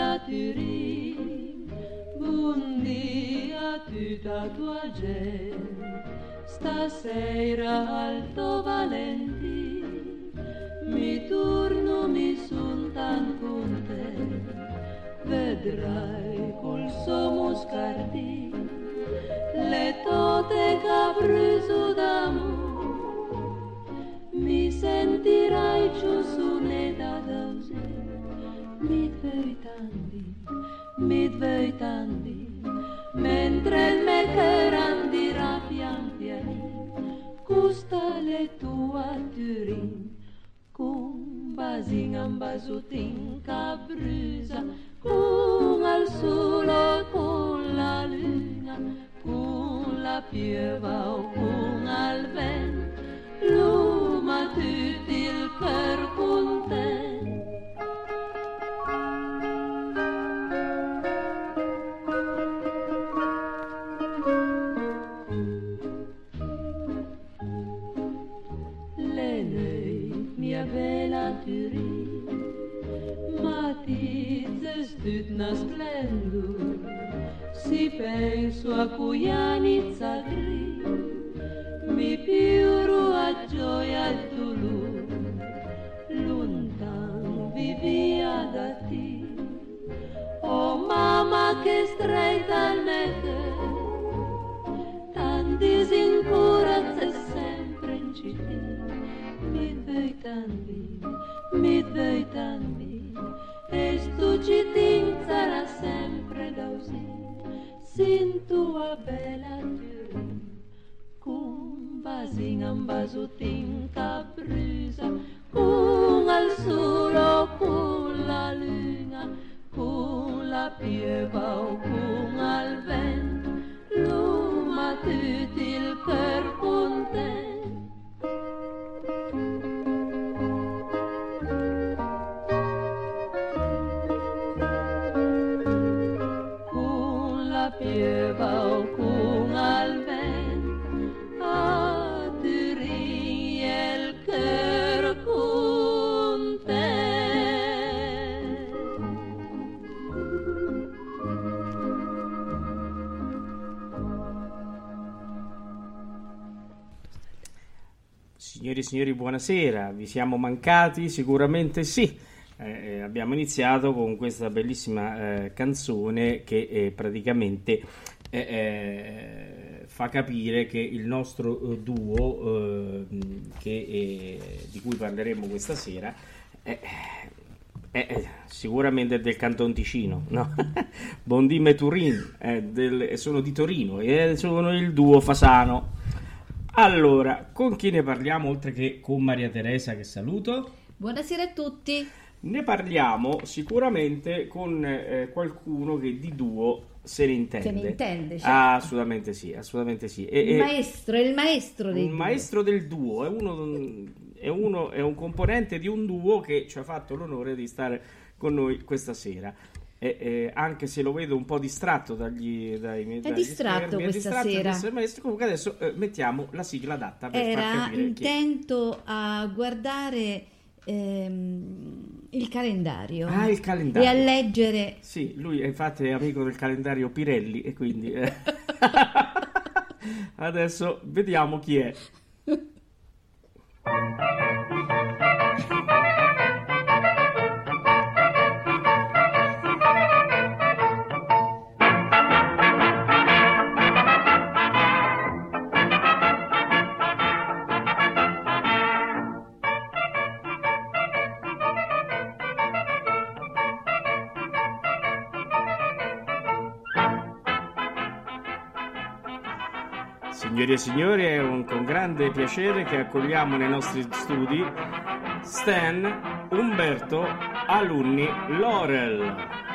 a Turin, buondì a tutta tua gente, stasera Alto Valenti, mi turno, mi son tan con te, vedrai col suo muscardì, le tote caprese d'amore, mi sentirai giù su neda d'ause, mi tvei tanti, mentre il me cheran dirà pian pian, custa le tua Turin, con basin ambasutin cabrusa, con al sole, con la luna, con la pieva o con al vento, l'uma tutti il cœur content. Le noi, mia bella Turin, matizes tut na splendor, si penso a cui anizza gris, mi piuro a gioia il dolore, lontan vivia da te. Oh mamma che stretta al mete, tanti sincurazze sempre in città, mi tvei tanti, e stu citin sarà sempre da usare, sin tua bella Turin, con basin ambasutin capresa, con al sole, con la luna, con la pieva o con al vento, l'uma tutti il cœur content. Con la pieva o con al vento, a Turin il cœur content. Signori e signori, buonasera. Vi siamo mancati? Sicuramente sì. Abbiamo iniziato con questa bellissima canzone che praticamente fa capire che il nostro duo di cui parleremo questa sera è sicuramente del Canton Ticino, no? Bondime Turin, sono di Torino e sono il duo Fasano. Allora, con chi ne parliamo oltre che con Maria Teresa, che saluto? Buonasera a tutti. Ne parliamo sicuramente con qualcuno che di duo se ne intende. Se ne intende, certo. Assolutamente sì, assolutamente sì. È il maestro del il duo. maestro del duo, è un componente di un duo che ci ha fatto l'onore di stare con noi questa sera. Anche se lo vedo un po' distratto dai miei distratto schermi, questa sera. Maestro. Comunque adesso mettiamo la sigla adatta per far Era capire intento a guardare il calendario. Il calendario. E a leggere. Sì, lui infatti è amico del calendario Pirelli e quindi adesso vediamo chi è. Signori e signori, è con grande piacere che accogliamo nei nostri studi Stan Umberto Alunni Laurel.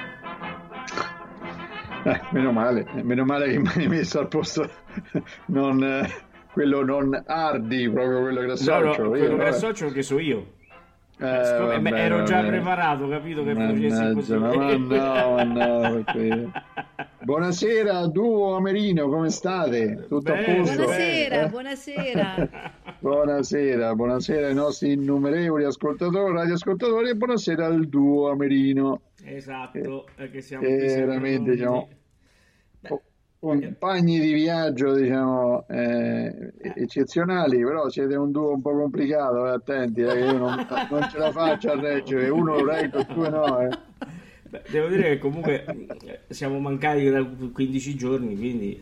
Meno male che mi hai messo al posto quello non Hardy, proprio quello che associo. No, quello che associo che so io. Ero già preparato, capito che facessi così. No, Buonasera duo Amerino, come state? Tutto a posto? Buonasera. buonasera ai nostri innumerevoli ascoltatori, radioascoltatori, e buonasera al duo Amerino. Esatto, che siamo veramente, diciamo, compagni di viaggio, diciamo, eccezionali, però siete un duo un po' complicato, attenti, che io non ce la faccio a reggere, uno lo reggo, due no. Beh, devo dire che comunque siamo mancati da 15 giorni, quindi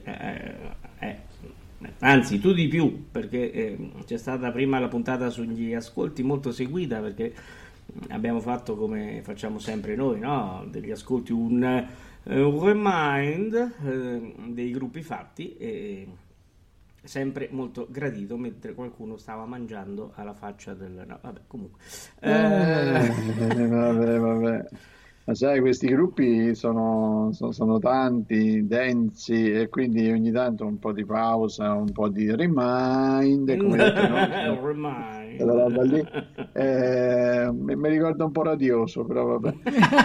anzi tu di più, perché c'è stata prima la puntata sugli ascolti molto seguita, perché abbiamo fatto come facciamo sempre noi, no? Degli ascolti, un remind dei gruppi fatti, e sempre molto gradito, mentre qualcuno stava mangiando alla faccia del... No, vabbè, comunque vabbè. Ma sai, questi gruppi sono tanti, densi, e quindi ogni tanto un po' di pausa, un po' di remind, come detto, no? Remind. Quella roba lì. Mi ricorda un po' radioso, però vabbè.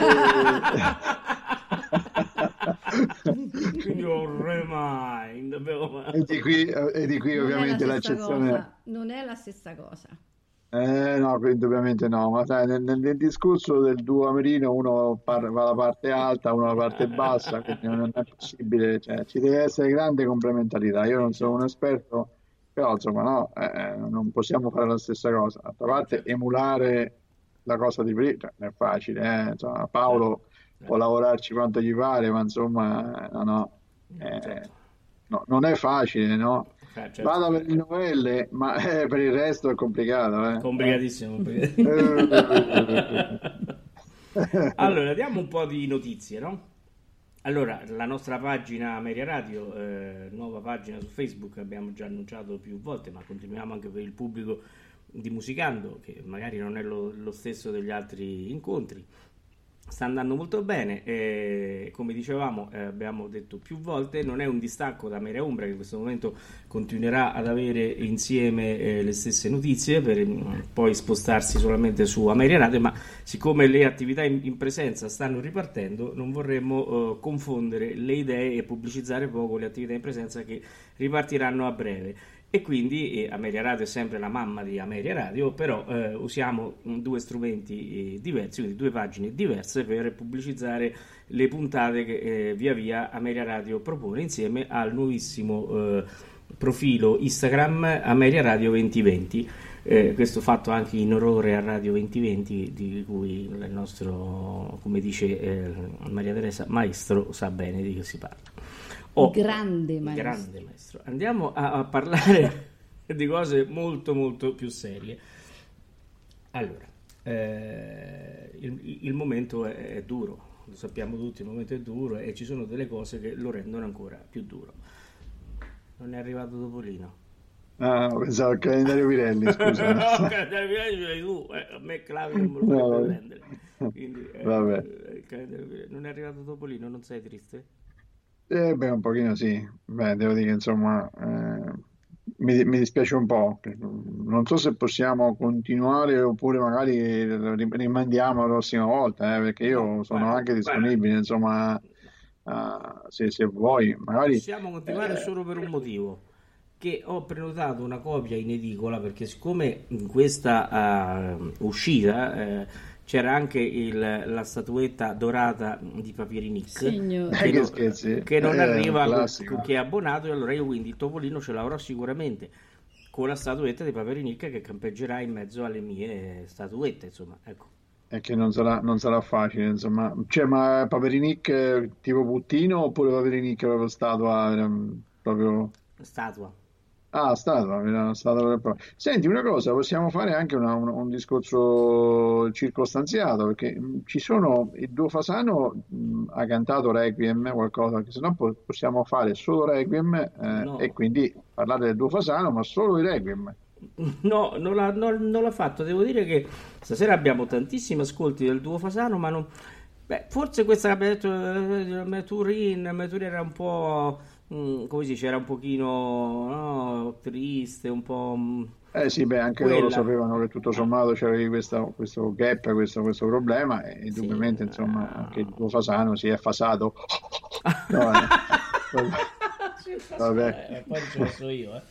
Quindi un remind. E di qui ovviamente l'accezione. Non è la stessa cosa. No, indubbiamente no, ma sai, nel discorso del duo Amerino uno va alla parte alta, uno alla parte bassa, quindi non è possibile, cioè, ci deve essere grande complementarità. Io non sono un esperto, però insomma no, non possiamo fare la stessa cosa. D'altra parte emulare la cosa di prima, cioè, non è facile, insomma, Paolo può lavorarci quanto gli pare, ma insomma no, non è facile, no? Certo. Vado per le novelle, ma per il resto è complicato. Complicatissimo. Allora, diamo un po' di notizie, no? Allora, la nostra pagina Ameria Radio, nuova pagina su Facebook, abbiamo già annunciato più volte, ma continuiamo anche per il pubblico di Musicando, che magari non è lo stesso degli altri incontri. Sta andando molto bene, come dicevamo, abbiamo detto più volte, non è un distacco da Ameria Umbra, che in questo momento continuerà ad avere insieme le stesse notizie per poi spostarsi solamente su Ameria Radio, ma siccome le attività in presenza stanno ripartendo, non vorremmo confondere le idee e pubblicizzare poco le attività in presenza che ripartiranno a breve. E quindi Ameria Radio è sempre la mamma di Ameria Radio, però usiamo due strumenti diversi, quindi due pagine diverse per pubblicizzare le puntate che via via Ameria Radio propone, insieme al nuovissimo profilo Instagram Ameria Radio 2020, questo fatto anche in onore a Radio 2020, di cui il nostro, come dice Maria Teresa, maestro sa bene di che si parla. Grande maestro. Andiamo a parlare di cose molto molto più serie. Allora, il momento è duro, lo sappiamo tutti, il momento è duro e ci sono delle cose che lo rendono ancora più duro. Non è arrivato Topolino. Ah, pensavo al calendario Pirelli, scusa. No, il calendario Pirelli ce l'hai tu, a me Clavi non me lo puoi prendere. Quindi, vabbè. Il calendario Pirelli. Non è arrivato Topolino, non sei triste? Beh, un pochino sì. Beh, devo dire che insomma mi dispiace un po'. Non so se possiamo continuare oppure magari rimandiamo la prossima volta, perché io sono anche disponibile, insomma, se vuoi, magari. Possiamo continuare solo per un motivo, che ho prenotato una copia in edicola, perché siccome in questa uscita c'era anche la statuetta dorata di Papierinic che non arriva che è abbonato, e allora io quindi il Topolino ce l'avrò sicuramente con la statuetta di Papierinic che campeggerà in mezzo alle mie statuette, insomma, ecco. È che non sarà facile, insomma. Cioè, ma Papierinic tipo puttino oppure Papierinic proprio statua, proprio statua? Ah, statua. Senti, una cosa, possiamo fare anche un discorso circostanziato, perché ci sono, il duo Fasano ha cantato Requiem, qualcosa, che se no possiamo fare solo Requiem No. e quindi parlare del duo Fasano, ma solo di Requiem. No, non l'ha fatto. Devo dire che stasera abbiamo tantissimi ascolti del duo Fasano, ma non... Beh, forse questa che abbiamo detto Meturin era un po'... come si dice, era un pochino triste, un po'... Sì, beh, anche loro sapevano che tutto sommato c'avevi questo gap, questo problema, e indubbiamente, insomma, anche il tuo Fasano si è fasato. No, vabbè. Poi ce lo so io,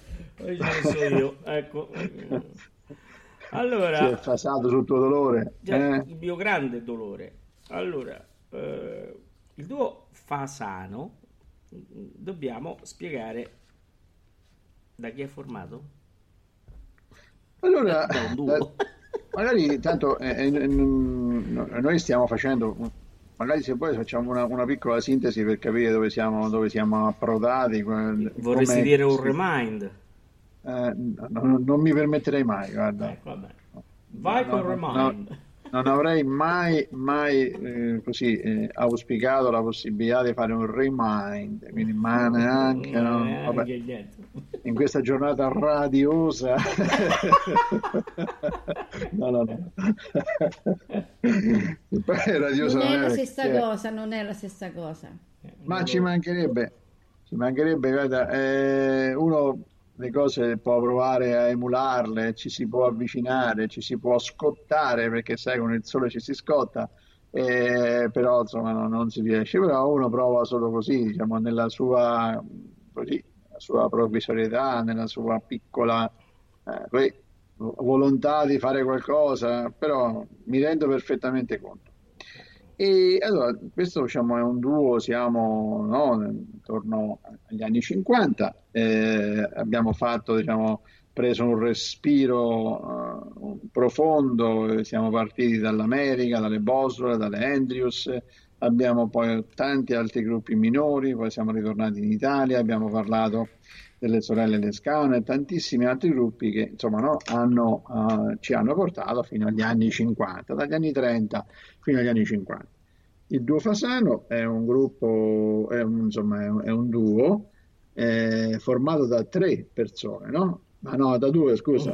Poi ci penso io, ecco. Allora, Si è fasato sul tuo dolore. il mio grande dolore. Allora, il duo Fasano, dobbiamo spiegare da chi è formato? Allora, Da un duo. magari tanto noi stiamo facendo, magari se poi facciamo una piccola sintesi per capire dove siamo approdati. Vorresti dire un remind? Non mi permetterei mai, guarda. Vabbè. Vai con remind. Non avrei mai così auspicato la possibilità di fare un remind, quindi ma neanche, no? Vabbè. Neanche niente. In questa giornata radiosa. No. Poi radiosa Non è la perché- stessa cosa, non è la stessa cosa. Ma ci mancherebbe, guarda, uno le cose può provare a emularle, ci si può avvicinare, ci si può scottare, perché sai, con il sole ci si scotta, però insomma non si riesce, però uno prova solo così, diciamo, così, nella sua provvisorietà, nella sua piccola poi, volontà di fare qualcosa, però mi rendo perfettamente conto. E allora, questo diciamo, è un duo, siamo no, intorno agli anni 50, abbiamo fatto, diciamo, preso un respiro profondo, siamo partiti dall'America, dalle Boswell, dalle Andrews, abbiamo poi tanti altri gruppi minori, poi siamo ritornati in Italia, abbiamo parlato delle sorelle Lescane e tantissimi altri gruppi che insomma no, ci hanno portato fino agli anni 50, dagli anni 30 fino agli anni 50. Il duo Fasano è un gruppo, è un duo formato da 3 persone, no? Ma no, da 2, scusa.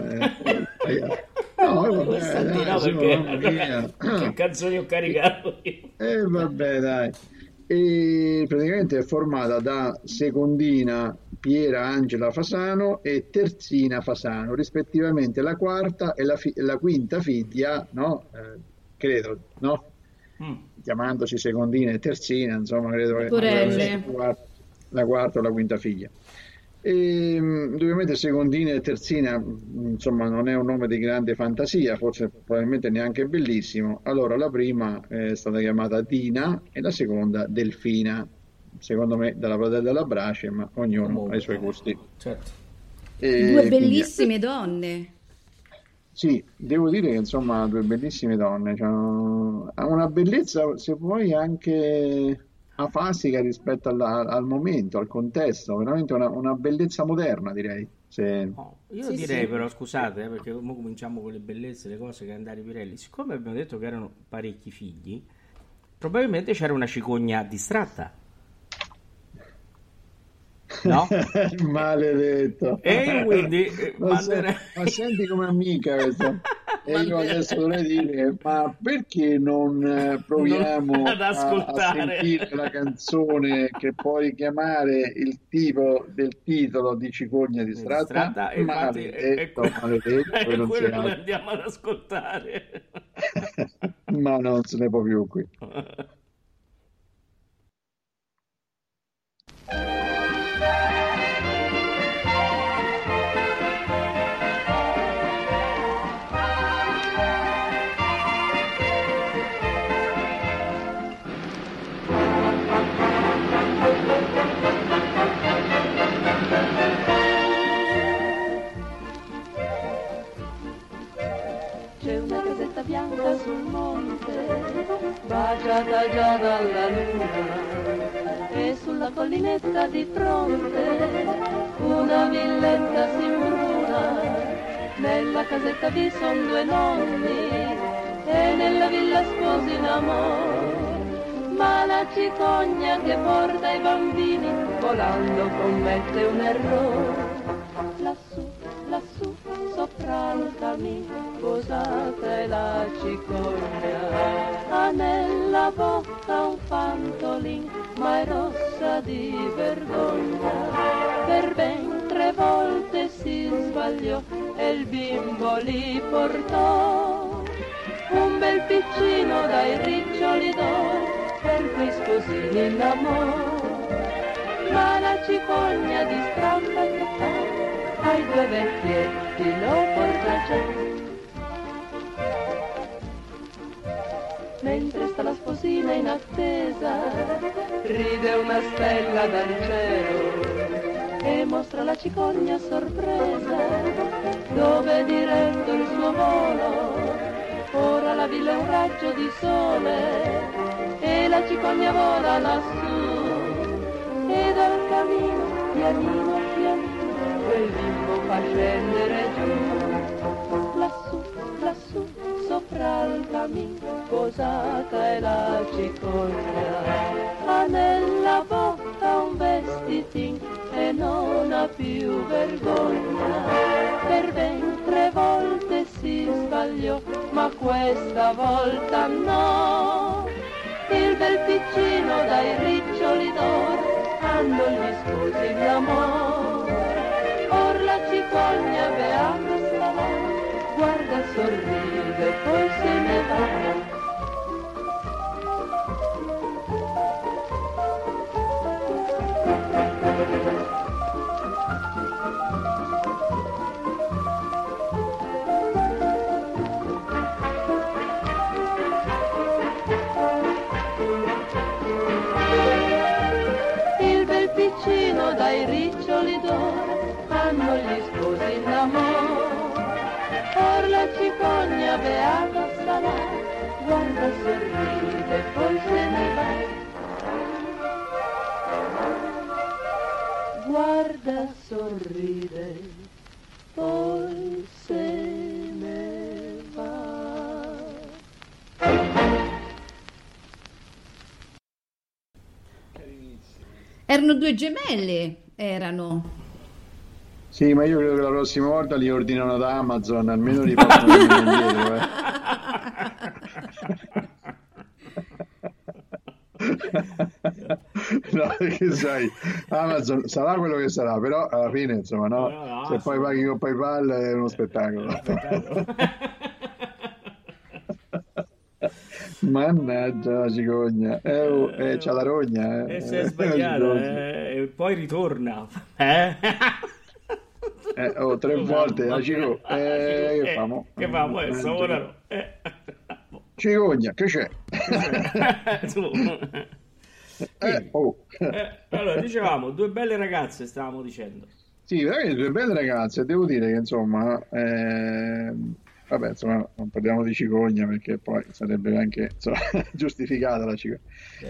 No, Senti, no, perché che canzoni ho caricato io? Vabbè, dai. E praticamente è formata da secondina Piera Angela Fasano e terzina Fasano, rispettivamente la quarta e la quinta figlia, no? Credo, no? Chiamandosi secondina e terzina, insomma, credo che Sorelle. la quarta o la quinta figlia. E, ovviamente secondina e terzina, insomma, non è un nome di grande fantasia, forse probabilmente neanche bellissimo. Allora, la prima è stata chiamata Dina e la seconda Delfina, secondo me dalla Pradella alla Brace, ma ognuno ha i suoi gusti. Certo. E Due quindi, bellissime donne. sì, devo dire che insomma, 2 bellissime donne, cioè, ha una bellezza, se vuoi, anche afasica rispetto al momento, al contesto, veramente una bellezza moderna, direi. No, io Sì, direi sì. però, scusate, perché ora cominciamo con le bellezze, le cose che andare Pirelli. Siccome abbiamo detto che erano parecchi figli, probabilmente c'era una cicogna distratta, no? Maledetto. E quindi Ma senti come amica questa. E io adesso dovrei dire, ma perché non proviamo ad a ascoltare. sentire la canzone che puoi chiamare il tipo del titolo di Cicogna distratta? E infatti Maledetto, maledetto, è non si quello che alza. andiamo ad ascoltare. Ma non se ne può più qui. C'è una casetta bianca sul monte, baciata già dalla luna, e sulla collinetta di fronte una villetta simbruna. Nella casetta vi son 2 nonni e nella villa sposi in amore, ma la cicogna che porta i bambini volando commette un errore. Lassù, sopra il camino, posata è la cicogna, ha nella bocca un fantolin, ma è rossa di vergogna. Per ben 3 volte si sbagliò e il bimbo li portò, un bel piccino dai riccioli d'oro, per quei sposini d'amore. Ma la cicogna distratta che fa? ai due vecchietti lo porta già. Mentre sta la sposina in attesa, ride una stella dal cielo e mostra la cicogna sorpresa, dove diretto il suo volo, ora la villa è un raggio di sole e la cicogna vola lassù, e dal camino pianino pianino quel bimbo fa scendere giù, lassù, lassù, sopra il camino posata è la cicogna, ha nella bocca un vestitin e non ha più vergogna, per ben 3 volte si sbagliò, ma questa volta no, il bel piccino dai riccioli d'oro hanno gli sposi d'amore, or la cicogna beata starà, guarda sorride poi se ne va. Il bel piccino dai riccioli d'oro hanno gli sposi in amore, or la cicogna beata sarà, guarda sorride poi se ne va. Guarda sorride poi se ne va. Erano 2 gemelle, erano. Sì, ma io credo che la prossima volta li ordinano da Amazon, almeno li portano indietro, No, perché sai, Amazon sarà quello che sarà, però alla fine, insomma, no, No, se poi paghi con PayPal è uno spettacolo. Mannaggia la cicogna, c'ha la rogna, E se è la sbagliata, cicogna. e poi ritorna. 3 volte la cicogna, che famo? Che famo adesso? Ora no. Cicogna, che c'è? Tu. Oh. Allora, dicevamo, 2 belle ragazze, stavamo dicendo. Sì, veramente 2 belle ragazze, devo dire che insomma, vabbè, insomma, non parliamo di cicogna perché poi sarebbe anche insomma, giustificata la cicogna.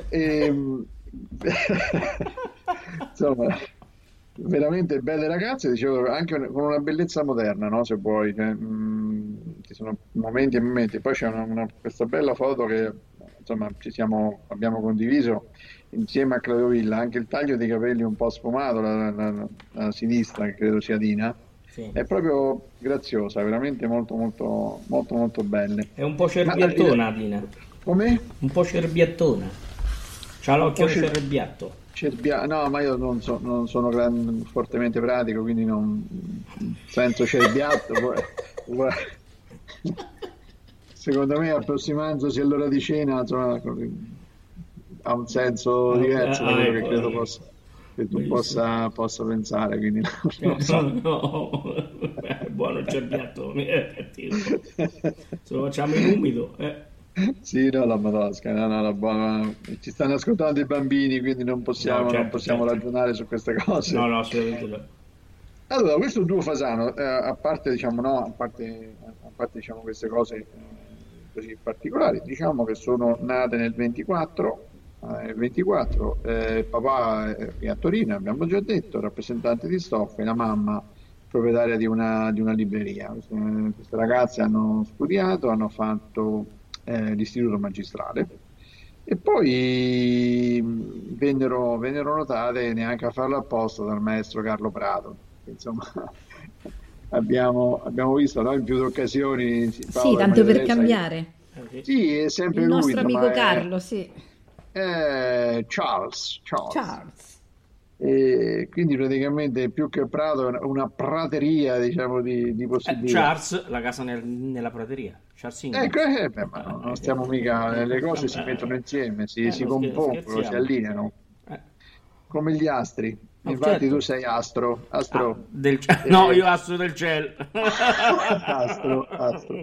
Insomma, veramente belle ragazze, dicevo, anche con una bellezza moderna, no? Se vuoi, ci sono momenti e momenti. Poi c'è questa bella foto che insomma abbiamo condiviso insieme a Claudio Villa, anche il taglio dei capelli un po' sfumato, la sinistra, che credo sia Dina, Sì. è proprio graziosa, veramente molto molto molto molto belle. È un po' cerbiattona, Dina. Come? Un po' cerbiattona. C'ha l'occhio Un po' cerbiatto. No, ma io non sono fortemente pratico, quindi non senso cerbiatto. Secondo me, approssimandosi all'ora di cena, insomma, ha un senso diverso da quello che credo che tu possa pensare, quindi non so. No, è buono il cerbiattone, se lo facciamo in umido. Sì, no, la Madosca, no, ci stanno ascoltando i bambini, quindi non possiamo certo. ragionare su queste cose. No, assolutamente no. Allora, questo duo Fasano, a parte, diciamo, no, a parte diciamo, queste cose così particolari, diciamo che sono nate nel 24, papà è a Torino, abbiamo già detto, rappresentante di stoffe, la mamma proprietaria di una libreria. Queste ragazze hanno studiato, hanno fatto l'istituto magistrale e poi vennero notate neanche a farlo apposta dal maestro Carlo Prato. Insomma, abbiamo visto, no, in più occasioni. Sì, tanto per cambiare. Sì, è sempre Il lui, nostro amico insomma, Carlo, sì. Charles. Charles. E quindi praticamente più che prato è una prateria, diciamo, di possibilità. Charles, la casa nella prateria. Charles Ecco, ma non stiamo mica, le cose si mettono insieme, si compongono, si allineano, come gli astri. Infatti certo. tu sei astro, astro, No, eh, io astro del cielo. astro, astro.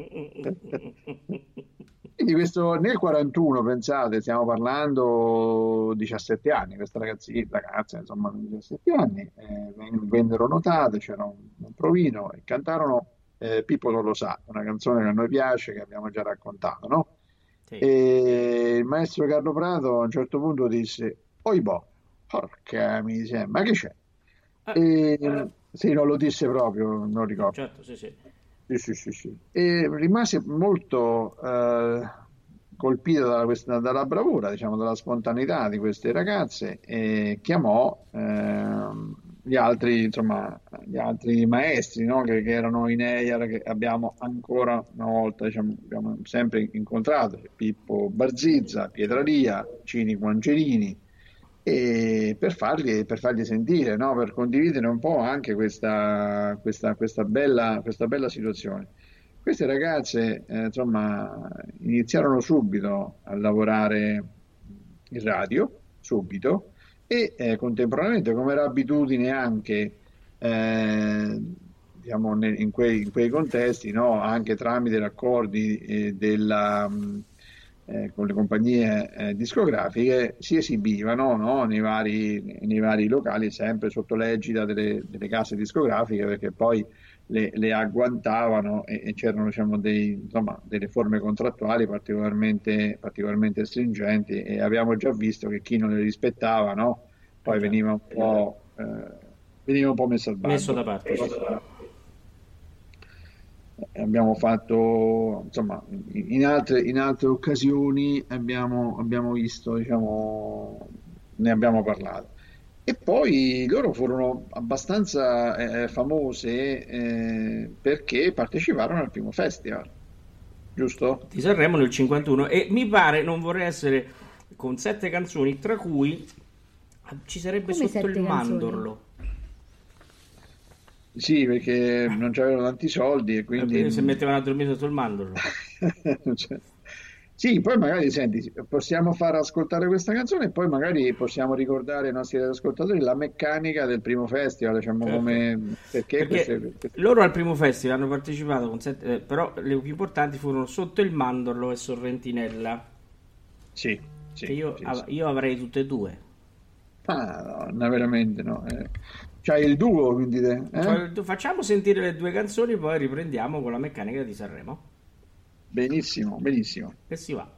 Quindi questo nel 41, pensate, stiamo parlando 17 anni, questa ragazza, insomma, 17 anni, vennero notate, c'era un provino e cantarono Pippo non lo sa, una canzone che a noi piace, che abbiamo già raccontato, no? Sì. E il maestro Carlo Prato a un certo punto disse, Oibò, porca miseria, ma che c'è? Sì, non lo disse proprio, non No, ricordo. certo, sì, sì. Sì, sì, sì, sì. E rimase molto colpito dalla bravura, diciamo, dalla spontaneità di queste ragazze e chiamò gli altri, insomma, gli altri maestri, no, che erano in EIAR, che abbiamo ancora una volta, diciamo, abbiamo sempre incontrato, cioè Pippo Barzizza, Pietralia, Cinico Angelini, e per farli sentire, no? Per condividere un po' anche questa bella situazione. Queste ragazze, insomma, iniziarono subito a lavorare in radio, subito, e contemporaneamente, come era abitudine anche, diciamo, in quei contesti, no? Anche tramite raccordi con le compagnie discografiche si esibivano, no? nei vari locali, sempre sotto l'egida delle case discografiche, perché poi le agguantavano e c'erano, diciamo, insomma, delle forme contrattuali particolarmente stringenti, e abbiamo già visto che chi non le rispettava, no? Poi Già. veniva un po' messo al Messo da bando. parte, sì. Abbiamo fatto, insomma, in altre occasioni abbiamo visto, diciamo, ne abbiamo parlato. E poi loro furono abbastanza famose perché parteciparono al primo festival, giusto? Di Sanremo nel 51 e mi pare, non vorrei essere, con 7 canzoni, tra cui ci sarebbe Come sotto il 7 canzoni? mandorlo. Sì, perché non c'avevano tanti soldi e Quindi se quindi mettevano a dormire sotto il mandorlo. Cioè, sì, poi magari senti, possiamo far ascoltare questa canzone e poi magari possiamo ricordare ai nostri ascoltatori la meccanica del primo festival, diciamo, Certo. perché Perché loro al primo festival hanno partecipato con 7, però le più importanti furono Sotto il mandorlo e Sorrentinella, sì, che sì, sì, sì. io avrei tutte e due. Ah, no, veramente no. C'hai il duo, quindi Facciamo sentire le 2 canzoni, poi riprendiamo con la meccanica di Sanremo. Benissimo, benissimo. E si va.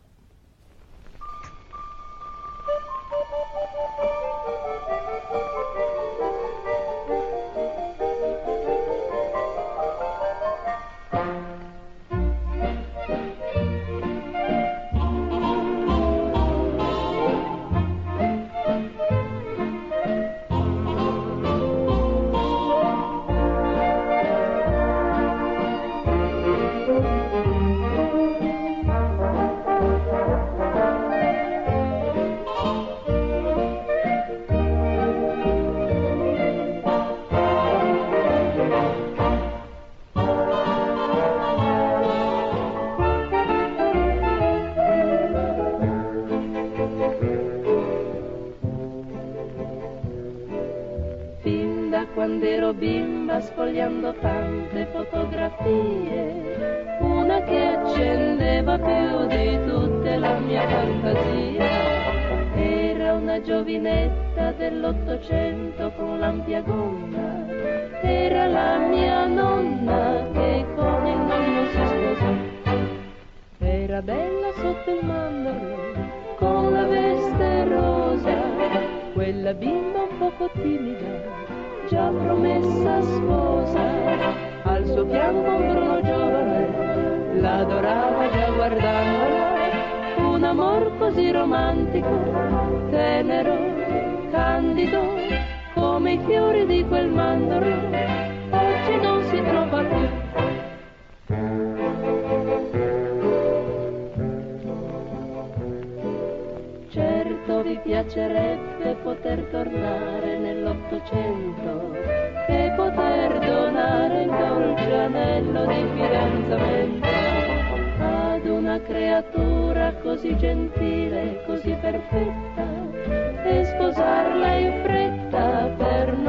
Fin da quando ero bimba, sfogliando tante fotografie, una che accendeva più di tutte la mia fantasia, era una giovinetta dell'800 con l'ampia gonna, era la mia nonna che con il nonno si sposò. Era bella sotto il mandorlo, con la veste rosa, quella bimba un poco timida, già promessa sposa. Al suo fianco un Bruno giovane, l'adorava già guardandola, un amor così romantico, tenero, candido, come i fiori di quel mandorlo, oggi non si trova più. Certo vi piacerebbe poter tornare nell'800 e poter donare il dolce anello di fidanzamento ad una creatura così gentile, così perfetta, e sposarla in fretta per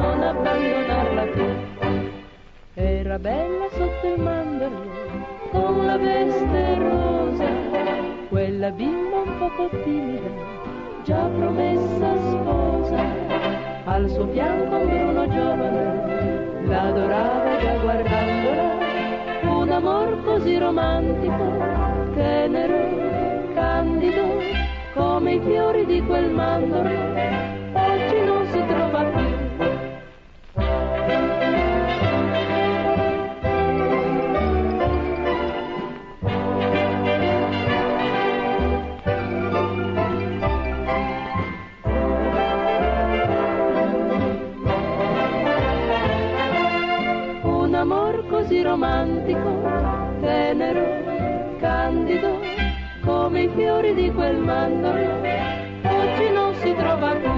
era bella sotto il mandorlo, con la veste rosa, quella bimba un poco timida, già promessa sposa. Al suo fianco un Bruno giovane, l'adorava già guardandola, un amor così romantico, tenero, candido, come i fiori di quel mandorlo, oggi non si trova più. Un amor così romantico, tenero, candido, come i fiori di quel mandorlo, oggi non si trova più.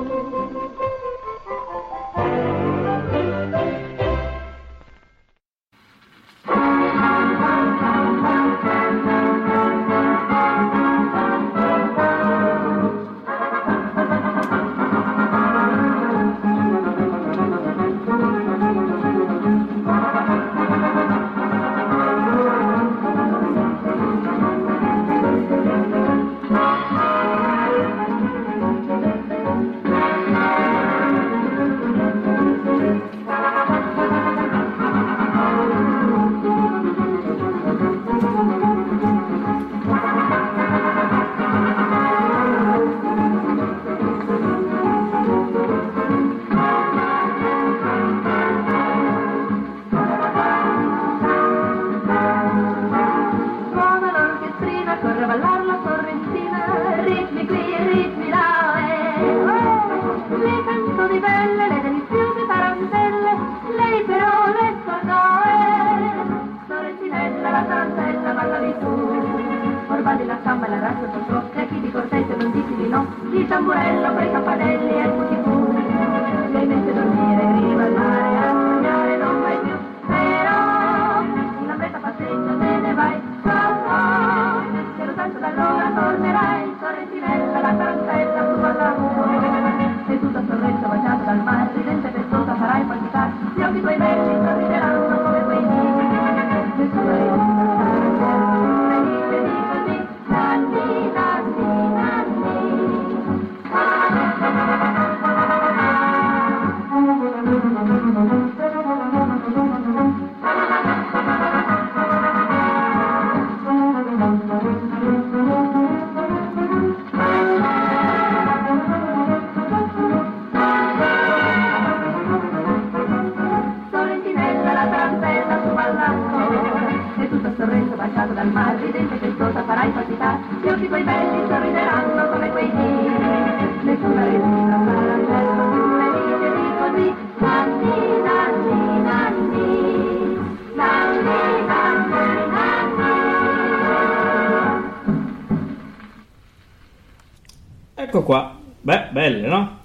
Ecco qua, beh, belle, no?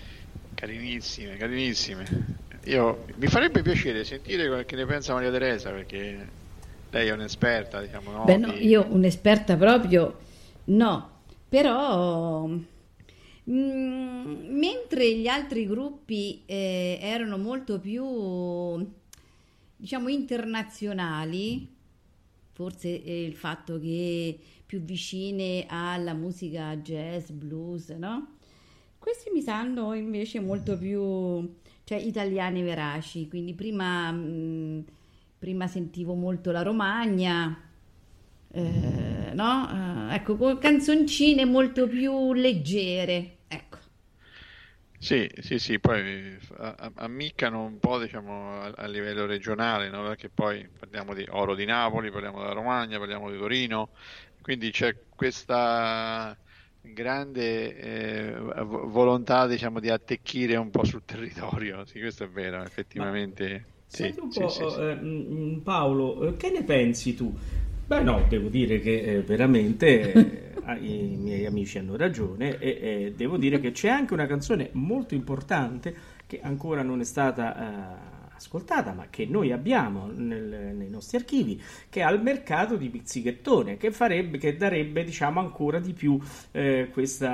Carinissime, carinissime. Mi farebbe piacere sentire quello che ne pensa Maria Teresa, perché lei è un'esperta, diciamo, no? Beh, no, io un'esperta proprio no, però mentre gli altri gruppi erano molto più, diciamo, internazionali, forse il fatto che più vicine alla musica jazz, blues, no? Questi mi sanno invece molto più, cioè, italiani veraci, quindi prima sentivo molto la Romagna, no? Ecco, con canzoncine molto più leggere, ecco. Sì, sì, sì, poi ammiccano un po', diciamo, a livello regionale, no? Perché poi parliamo di Oro di Napoli, parliamo della Romagna, parliamo di Torino, quindi c'è questa grande volontà, diciamo, di attecchire un po' sul territorio. Sì, questo è vero, Ma effettivamente. Sì, senti un sì, po', sì, sì. Paolo, che ne pensi tu? Beh, no, devo dire che veramente i miei amici hanno ragione e devo dire che c'è anche una canzone molto importante che ancora non è stata ascoltata, ma che noi abbiamo nei nostri archivi, che è Al mercato di Pizzichettone, che darebbe, diciamo, ancora di più questo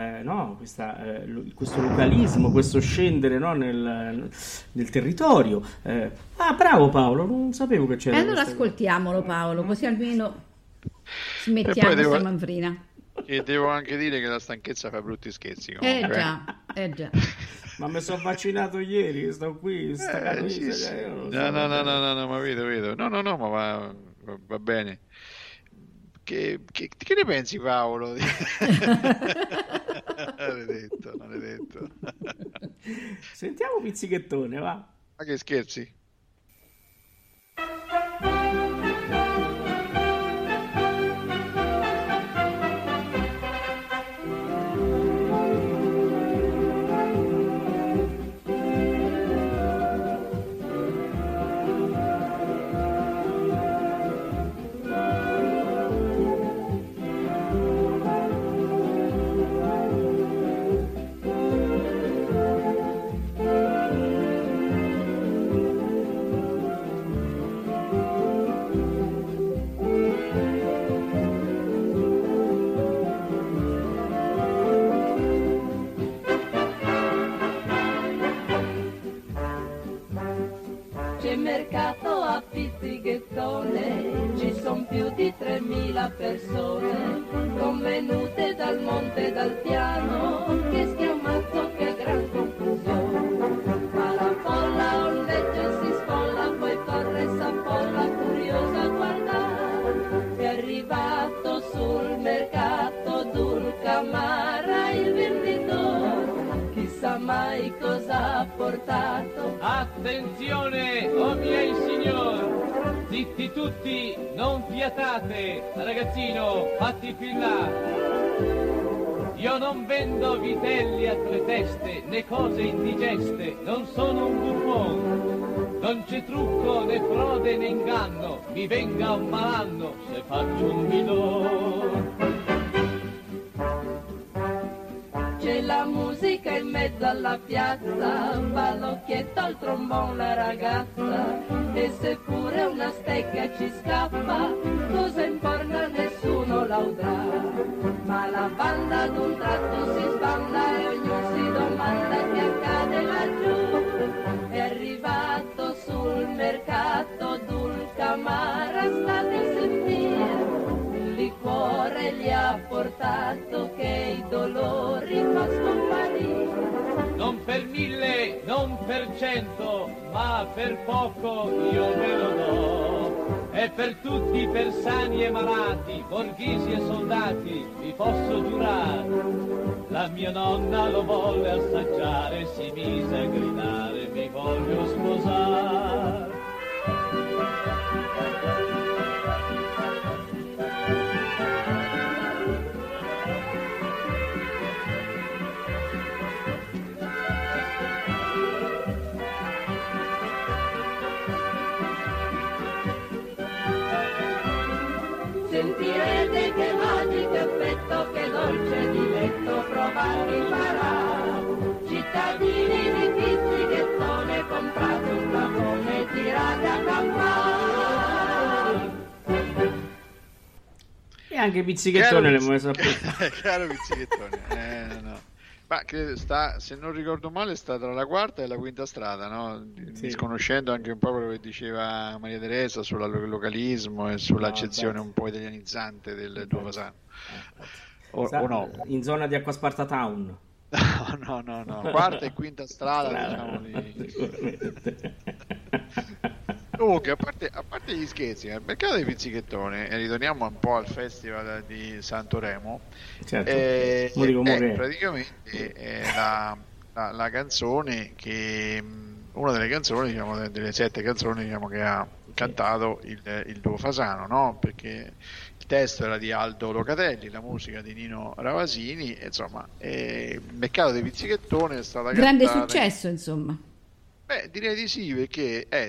localismo, questo scendere, no, nel territorio. Bravo Paolo, non sapevo che c'era. Allora ascoltiamolo Paolo, così almeno smettiamo questa manfrina. E devo anche dire che la stanchezza fa brutti scherzi. Comunque. Già. Ma mi sono vaccinato ieri, sto qui, sta camisa. Sì. No, ma vedo. No, ma va bene. Che ne pensi, Paolo? Non è detto. Sentiamo Pizzichettone, va. Ma che scherzi? Mercato a Pizzichettone, ci son più di 3.000 persone convenute dal monte e dal piano, che schiamazzo, che gran confusione, ma la folla ondeggia si sfolla, poi corre s'affolla curiosa a guardare, è arrivato sul mercato Dulcamara il venditore, chissà mai cosa ha portato. Attenzione, oh miei signori, zitti tutti, non fiatate, ragazzino, fatti più là. Io non vendo vitelli a 3 teste, né cose indigeste, non sono un buffone. Non c'è trucco, né frode, né inganno, mi venga un malanno se faccio un bidone. C'è la musica in mezzo alla piazza, ballocchietto al trombone la ragazza, e seppure una stecca ci scappa, cosa importa, nessuno la udrà. Ma la banda ad un tratto si sbanda e ognuno si domanda che accade laggiù. È arrivato sul mercato Dulcamara, state a sentire, il liquore gli ha portato che i dolori fa scomparire. Non per 1000, non per 100, ma per poco io ve lo do. E per tutti, per sani e malati, borghesi e soldati, vi posso giurare. La mia nonna lo volle assaggiare, si mise a gridare, mi voglio sposare. Sentirete che magico effetto, che dolce diletto provare imparare. Cittadini di Pizzichettone, comprate un flacone e tirate a campare. E anche Pizzichettone le muove sapere. Caro Pizzichettone, no. Ma se non ricordo male sta tra la quarta e la quinta strada, no? Sì. Misconoscendo anche un po' quello che diceva Maria Teresa sul localismo e sull'accezione un po' italianizzante del tuo Fasano. O no? In zona di Acquasparta Town. No. Quarta e quinta strada, diciamo lì. Comunque, a parte gli scherzi, al mercato di Pizzichettone, e ritorniamo un po' al festival di Santoremo, Certo. praticamente è la canzone che una delle canzoni, diciamo, delle 7 canzoni, diciamo, che ha cantato il duo Fasano, no? Perché il testo era di Aldo Locatelli, la musica di Nino Ravasini, e, insomma, il mercato di Pizzichettone è stata grande cantata. Successo, insomma. Beh, direi di sì, perché è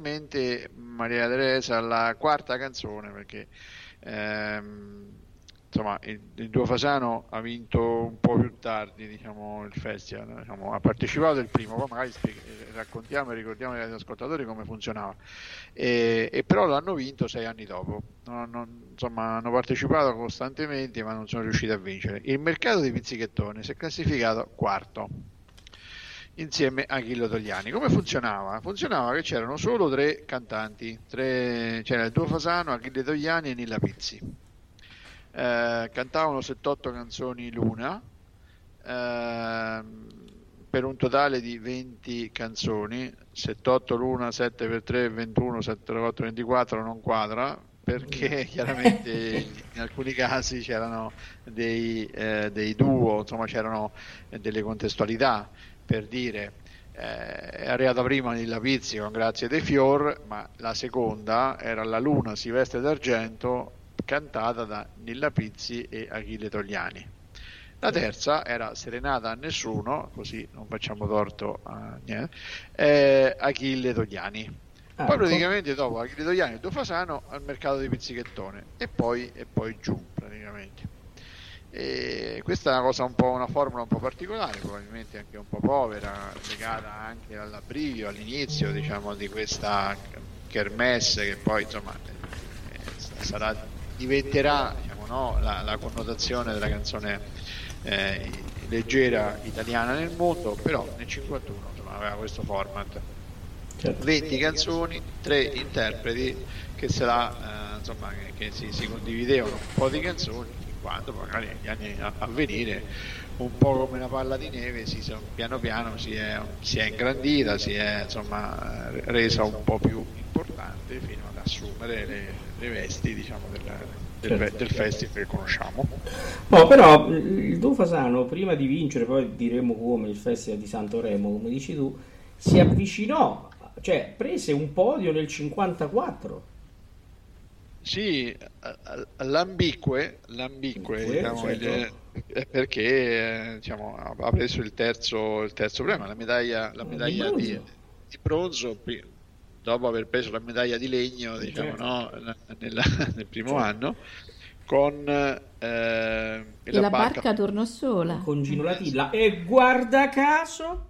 sostanzialmente Maria Teresa la quarta canzone, perché insomma, il Duo Fasano ha vinto un po' più tardi, diciamo, il festival, diciamo, ha partecipato il primo, poi magari raccontiamo e ricordiamo agli ascoltatori come funzionava, e però l'hanno vinto 6 anni dopo. Insomma, hanno partecipato costantemente ma non sono riusciti a vincere. Il Mercato di Pizzichettone si è classificato quarto insieme a Achille Togliani. Come funzionava? Funzionava che c'erano solo 3 cantanti, c'era il Duo Fasano, Achille Togliani e Nilla Pizzi. Cantavano 7-8 canzoni l'una, per un totale di 20 canzoni. 7-8 l'una, 7 per 3, 21, 7 per 4, 24 non quadra, perché chiaramente in alcuni casi c'erano dei duo, insomma c'erano delle contestualità. Per dire, è arrivata prima Nilla Pizzi con Grazie dei Fior, ma la seconda era La Luna si veste d'argento, cantata da Nilla Pizzi e Achille Togliani. La terza era Serenata a nessuno, così non facciamo torto a niente, Achille Togliani. Poi praticamente dopo Achille Togliani e Duo Fasano al Mercato di Pizzichettone e poi giù praticamente. E questa è una cosa una formula un po' particolare, probabilmente anche un po' povera, legata anche all'abbrivio, all'inizio, diciamo, di questa kermesse che poi insomma diventerà, diciamo, no, la connotazione della canzone leggera italiana nel mondo, però nel 51 insomma, aveva questo format. 20 canzoni, 3 interpreti che insomma, che si condividevano un po' di canzoni, quando magari negli anni a venire, un po' come una palla di neve, piano piano si è ingrandita, si è insomma resa un po' più importante fino ad assumere le vesti, diciamo, del festival che conosciamo. Però il Duo Fasano, prima di vincere, poi diremo come, il festival di Santoremo, come dici tu, si avvicinò, cioè prese un podio nel 54. Sì, l'ambique diciamo, certo. Perché diciamo, ha preso il terzo premio, la medaglia di bronzo, dopo aver preso la medaglia di legno, diciamo, certo. No, nel primo anno, con e la barca tornò sola con Gino Latilla, e guarda caso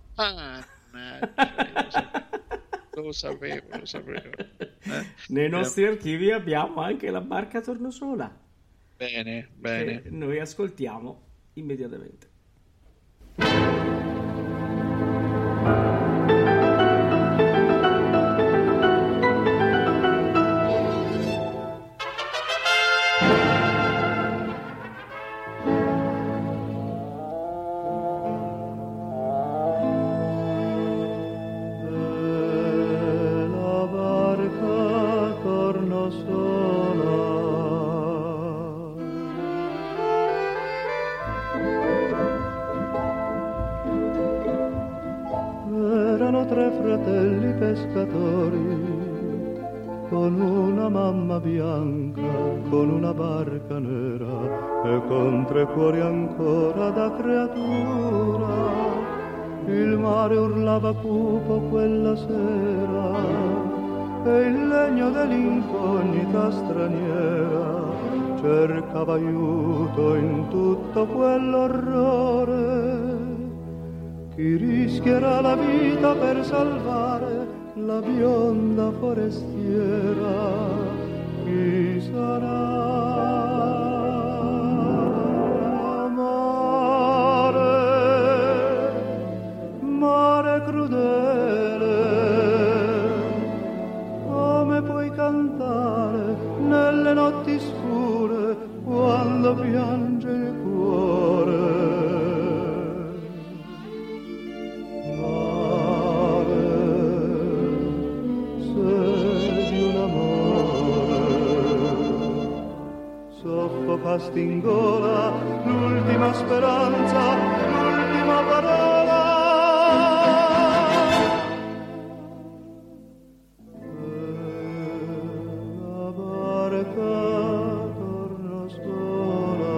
lo sapevo. Nei nostri archivi abbiamo anche La barca tornò sola. Bene. Che noi ascoltiamo immediatamente. Con una mamma bianca, con una barca nera e con 3 cuori ancora da creatura. Il mare urlava cupo quella sera e il legno dell'incognita straniera cercava aiuto in tutto quell'orrore. Chi rischierà la vita per salvare la bionda forestiera? Chi sarà? Mare crudele, come puoi cantare nelle notti scure quando piange il cuore? Soffocasti in gola l'ultima speranza, l'ultima parola. La barca torna sola.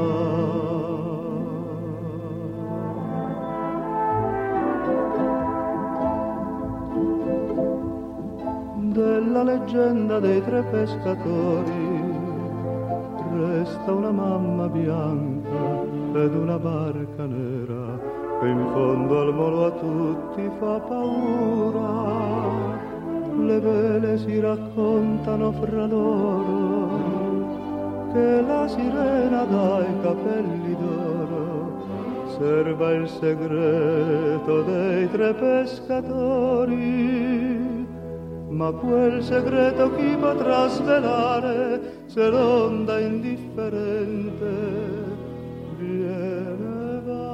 Della leggenda dei 3 pescatori, 3 resta una mamma bianca ed una barca nera che in fondo al molo a tutti fa paura. Le vele si raccontano fra loro che la sirena dai capelli d'oro serba il segreto dei 3 pescatori. Ma quel segreto chi potrà svelare se l'onda indifferente viene e va?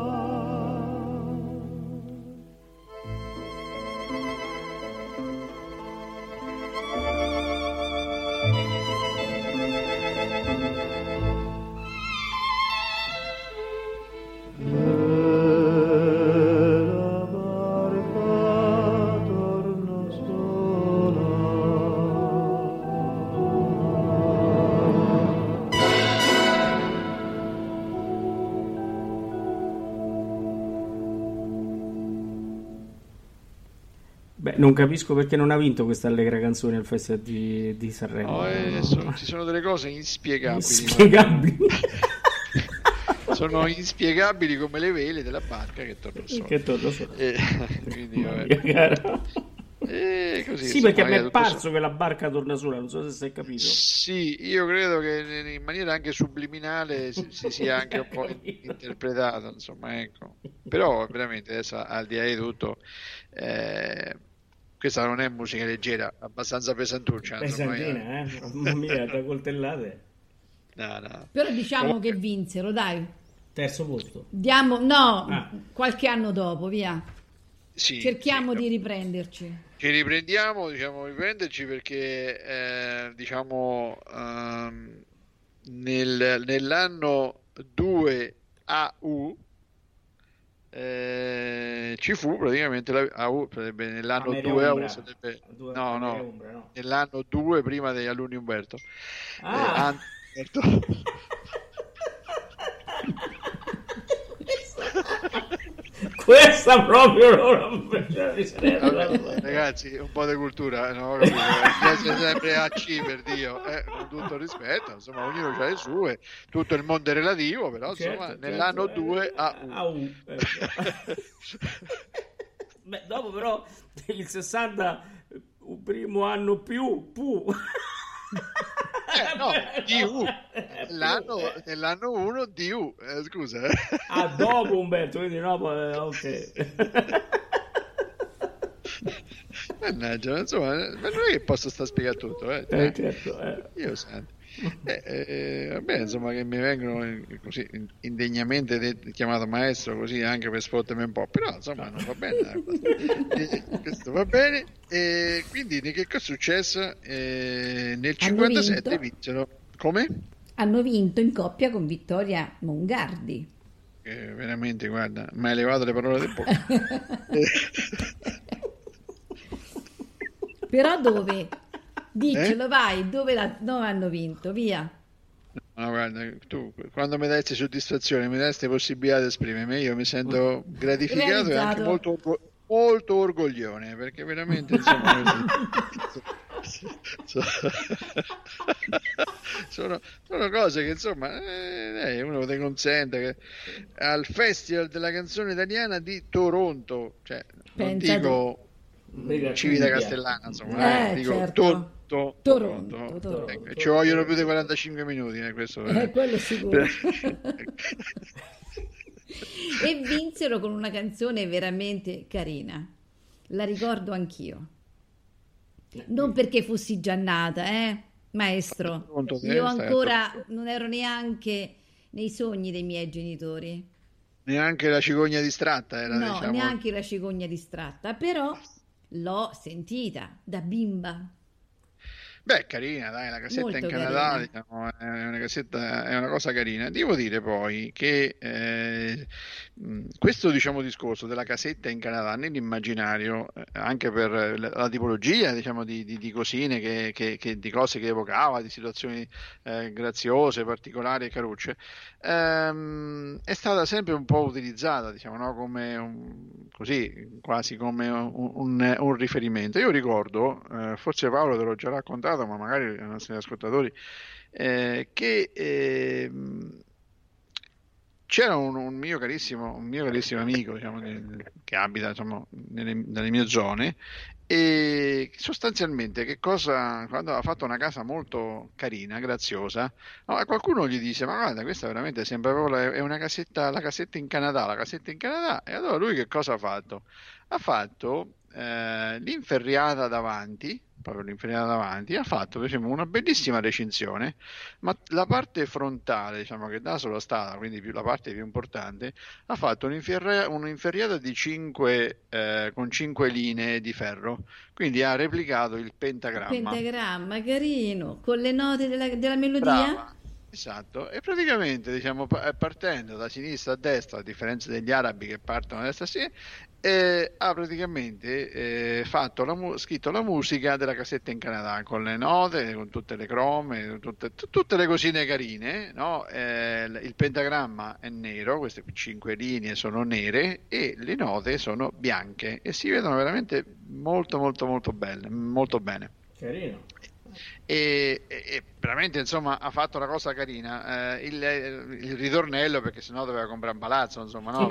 Beh, non capisco perché non ha vinto questa allegra canzone al Festival di Sanremo. Ci sono delle cose inspiegabili. Inspiegabili. Sono inspiegabili come le vele della barca che torna sola. Quindi, così, sì, perché mi è parso che la barca torna sola, non so se si è capito. Sì, io credo che in maniera anche subliminale si sia anche un po' interpretato, insomma, ecco. Però veramente adesso, al di là di tutto, questa non è musica leggera, abbastanza pesantuccia. Pesantina, mamma mia, da coltellate. No. Però diciamo che vinsero, dai. Terzo posto. Qualche anno dopo, via. Sì, cerchiamo di riprenderci. Ci riprendiamo, riprenderci perché nell'anno 2 AU ci fu praticamente la AU, nell'anno 2 AU sarebbe nell'anno 2 prima di Alunni Umberto. Questa proprio ragazzi, un po' di cultura, no? Piace sempre a C, per Dio, con tutto rispetto, insomma, ognuno ha le sue, tutto il mondo è relativo, però insomma, nell'anno 2 AU. Beh, dopo però il 60 un primo anno più DU nell'anno 1 DU, scusa. Dopo Umberto, quindi no, ok. Mannaggia, insomma, ma non è che posso stare a spiegare tutto, certo. Io sento. Vabbè, insomma, che mi vengono così indegnamente chiamato maestro, così anche per sfottermi un po', però insomma non va bene. Questo va bene. E quindi che cosa è successo? Nel 57 vinsero. Come? Hanno vinto in coppia con Vittoria Mongardi. Veramente, guarda, mi hai levato le parole del bocca. Però dove? Diccelo, vai, dove hanno vinto, via. No, guarda, tu quando mi dai soddisfazione, mi dai possibilità di esprimermi, io mi sento gratificato e anche molto orgoglione, perché veramente insomma sono cose che insomma uno ti consente che al Festival della canzone italiana di Toronto, cioè non dico Civita Castellana, insomma, dico certo. Toronto. Ecco, ci vogliono più di 45 minuti, questo quello sicuro. E vinsero con una canzone veramente carina, la ricordo anch'io, non perché fossi già nata, maestro, io ancora non ero neanche nei sogni dei miei genitori, neanche la cicogna distratta era, no, neanche la cicogna distratta, però l'ho sentita da bimba. Beh, carina, dai, la cassetta molto in Canada, diciamo, è una cosa carina. Devo dire poi che questo, diciamo, discorso della casetta in Canada nell'immaginario, anche per la tipologia, diciamo, di cosine che di cose che evocava, di situazioni graziose, particolari e carucce, è stata sempre un po' utilizzata, diciamo, no? Come così, quasi come un riferimento. Io ricordo, forse Paolo te l'ho già raccontato, raccontato, ma magari ai nostri ascoltatori, che c'era un mio carissimo amico, diciamo, che abita, insomma, nelle mie zone, e sostanzialmente quando ha fatto una casa molto carina, graziosa, no, qualcuno gli dice: ma guarda, questa veramente sembra proprio è una casetta, la casetta in Canada. E allora lui che cosa ha fatto? Ha fatto l'inferriata davanti, ha fatto per esempio una bellissima recinzione, ma la parte frontale, diciamo, che dà sulla strada, quindi la parte più importante, ha fatto un'inferriata di 5 con 5 linee di ferro, quindi ha replicato il pentagramma. Il pentagramma, carino, con le note della melodia. Brava. Esatto, e praticamente, diciamo, partendo da sinistra a destra, a differenza degli arabi che partono da destra a sinistra, ha praticamente scritto la musica della casetta in Canada, con le note, con tutte le crome, tutte le cosine carine, no? Il pentagramma è nero, queste 5 linee sono nere e le note sono bianche e si vedono veramente molto molto molto belle, molto bene. Carino. E veramente, insomma, ha fatto una cosa carina, il ritornello, perché sennò doveva comprare un palazzo, insomma, no?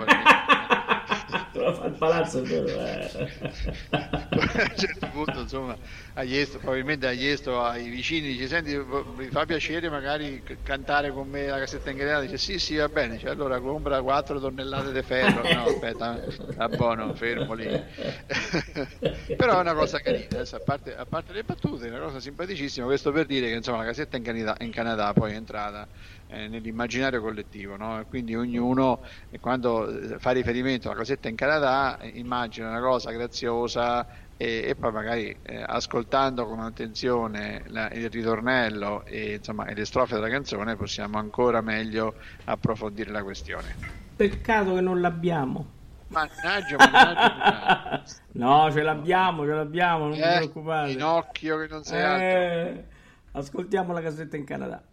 Il palazzo è vero, a un certo punto, insomma, probabilmente ha chiesto ai vicini, dice: senti, mi fa piacere magari cantare con me la casetta in Canada? Dice: sì, va bene. Dice: allora compra 4 tonnellate di ferro. No, aspetta, buono, fermo lì. Però è una cosa carina, adesso, a parte le battute, è una cosa simpaticissima. Questo per dire che, insomma, la casetta in Canada poi è entrata nell'immaginario collettivo, no? E quindi ognuno, quando fa riferimento alla casetta in Canada, immagina una cosa graziosa, e poi magari ascoltando con attenzione il ritornello e, insomma, e le strofe della canzone, possiamo ancora meglio approfondire la questione. Peccato che non l'abbiamo. Mannaggia. No, ce l'abbiamo, non vi preoccupate. Pinocchio che non sei altro. Ascoltiamo la casetta in Canada.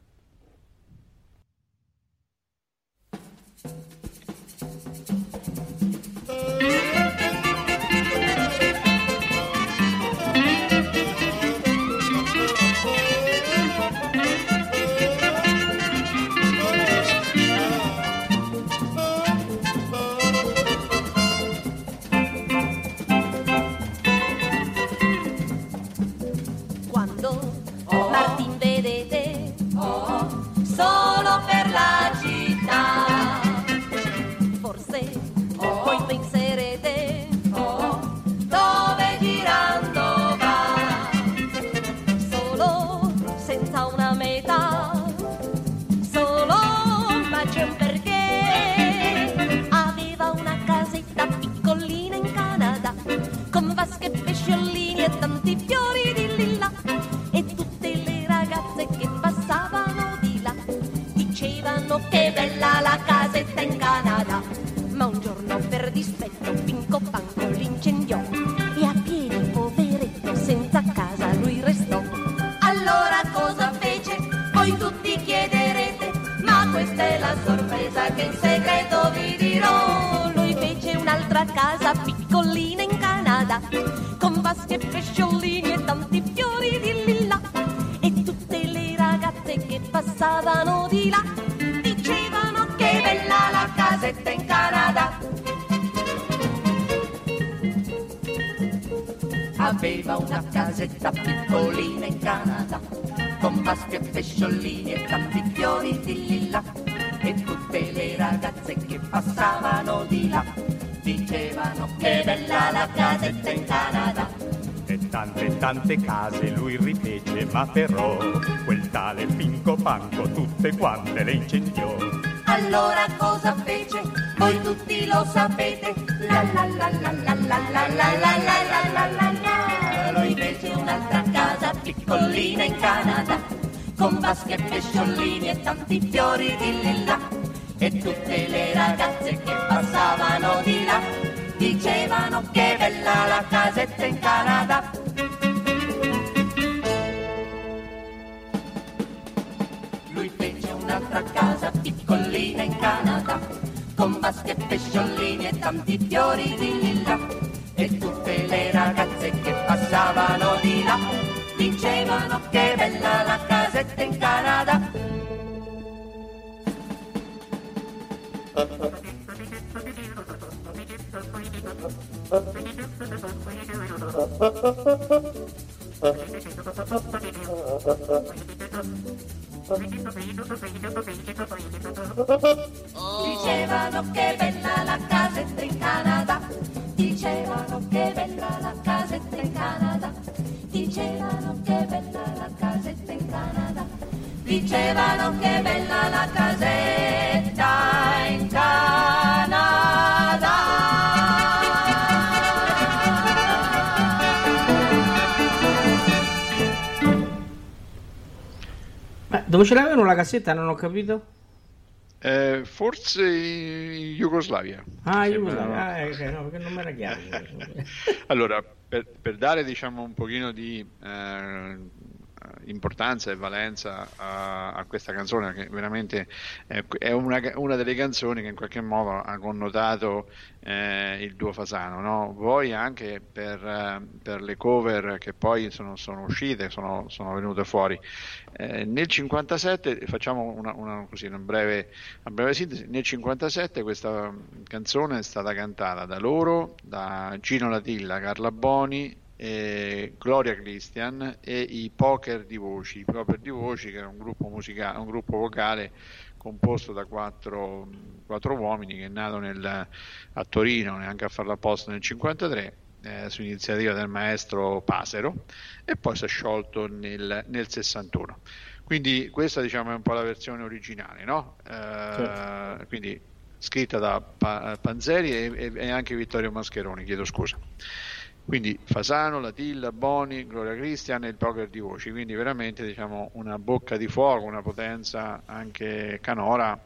Solo per la città, forse voi penserete dove girando va, solo senza una meta, solo ma c'è un perché. Aveva una casetta piccolina in Canada, con vasche e pesciolini e tanti fiori di lilla, e tutte le ragazze che passavano di là dicevano: che bella la casetta in Canada. Ma un giorno, per dispetto, Pinco Panco l'incendiò e a piedi, poveretto, senza casa lui restò. Allora cosa fece? Voi tutti chiederete, ma questa è la sorpresa che in segreto vi dirò. Lui fece un'altra casa piccolina in Canada, con vasche e pesciolini e tanti fiori di lilla, e tutte le ragazze che passavano di là dicevano: che bella la casetta in Canada. Aveva una casetta piccolina in Canada, con vasche e pesciolini e tanti fiori di lilla, e tutte le ragazze che passavano di là dicevano: che bella la casetta in Canada. E tante case lui rifece, ma però quel tale Pinco Panco tutte quante le incendiò. Allora cosa fece? Voi tutti lo sapete. La la la la la la la la la la la la la. Lui fece un'altra casa piccolina in Canada, con vasche e pesciolini e tanti fiori di lilla, e tutte le ragazze che passavano di là dicevano: che bella la casetta in Canada. Lui fece un'altra casa piccolina in Canada, con vasche e pesciolini e tanti fiori di lilla, e tutte le ragazze che passavano di là dicevano: che Dicevano che bella la casetta in Canada, dicevano che bella la casetta in Canada, dicevano che bella la casetta in Canada, dicevano che bella la casetta in Canada. Dove ce l'avevano la cassetta? Non ho capito. Forse in Jugoslavia. Jugoslavia, no, perché non mi era chiaro. Allora, per dare diciamo un pochino di importanza e valenza a questa canzone, che veramente è una delle canzoni che in qualche modo ha connotato il duo Fasano, no? Poi anche per le cover che poi sono uscite, sono venute fuori. Nel 57, facciamo una breve sintesi, nel 57 questa canzone è stata cantata da loro, da Gino Latilla, Carla Boni, Gloria Christian e i Poker di Voci, che era un gruppo musicale, un gruppo vocale composto da quattro uomini, che è nato a Torino, neanche a farla apposta, nel 53, su iniziativa del maestro Pasero, e poi si è sciolto nel 61. Quindi questa diciamo è un po' la versione originale, no? Certo. Quindi scritta da Panzeri e anche Vittorio Mascheroni, chiedo scusa. Quindi Fasano, Latilla, Boni, Gloria Christian e il Poker di Voci, quindi veramente diciamo una bocca di fuoco, una potenza anche canora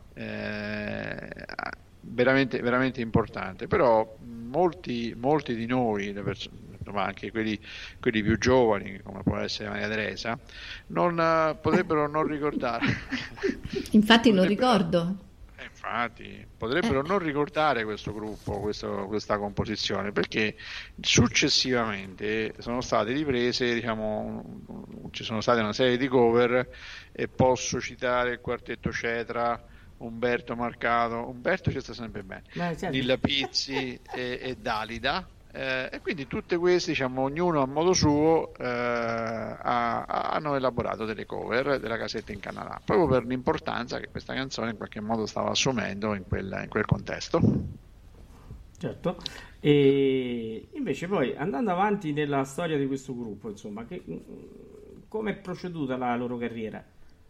veramente, veramente importante. Però molti di noi, le persone, ma anche quelli più giovani, come può essere Maria Teresa, non potrebbero non ricordare. Infatti non ricordo. Infatti potrebbero non ricordare questo gruppo, questa composizione, perché successivamente sono state riprese, diciamo, ci sono state una serie di cover, e posso citare il Quartetto Cetra, Umberto Marcato, Umberto ci sta sempre bene, certo. Nilla Pizzi e Dalida. E quindi tutte queste, diciamo, ognuno a modo suo hanno elaborato delle cover della casetta in Canada, proprio per l'importanza che questa canzone in qualche modo stava assumendo in quel contesto. Certo. E invece poi, andando avanti nella storia di questo gruppo, insomma, come è proceduta la loro carriera?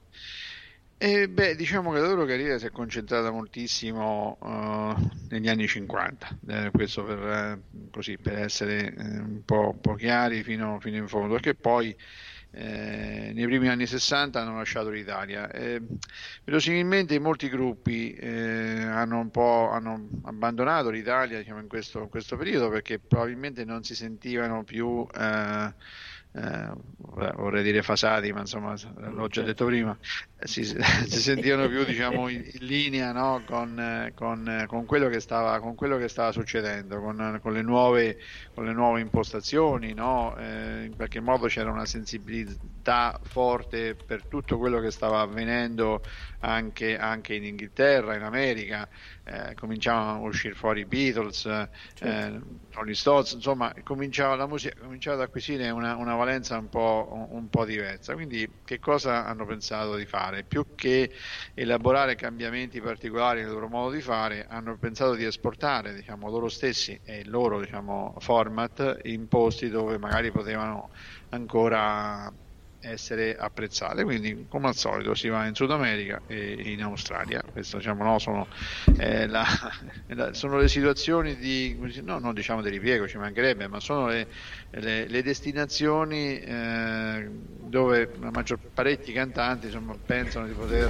Diciamo che la loro carriera si è concentrata moltissimo negli anni 50, questo per essere un po' chiari fino in fondo, perché poi nei primi anni 60 hanno lasciato l'Italia. Verosimilmente molti gruppi hanno abbandonato l'Italia, diciamo, in questo periodo, perché probabilmente non si sentivano più vorrei dire fasati, ma insomma l'ho già detto prima, si sentivano più, diciamo, in linea, no? con quello che stava succedendo, con le nuove impostazioni, no? In qualche modo c'era una sensibilità forte per tutto quello che stava avvenendo anche in Inghilterra, in America. Cominciavano a uscire fuori i Beatles, Rolling Stones, insomma la musica cominciava ad acquisire una valenza un po' diversa. Quindi che cosa hanno pensato di fare? Più che elaborare cambiamenti particolari nel loro modo di fare, hanno pensato di esportare, diciamo, loro stessi e il loro, diciamo, format in posti dove magari potevano ancora essere apprezzate. Quindi, come al solito, si va in Sud America e in Australia. Questo, diciamo, no, sono le situazioni non diciamo di ripiego, ci mancherebbe, ma sono le destinazioni dove parecchi cantanti, insomma, pensano di poter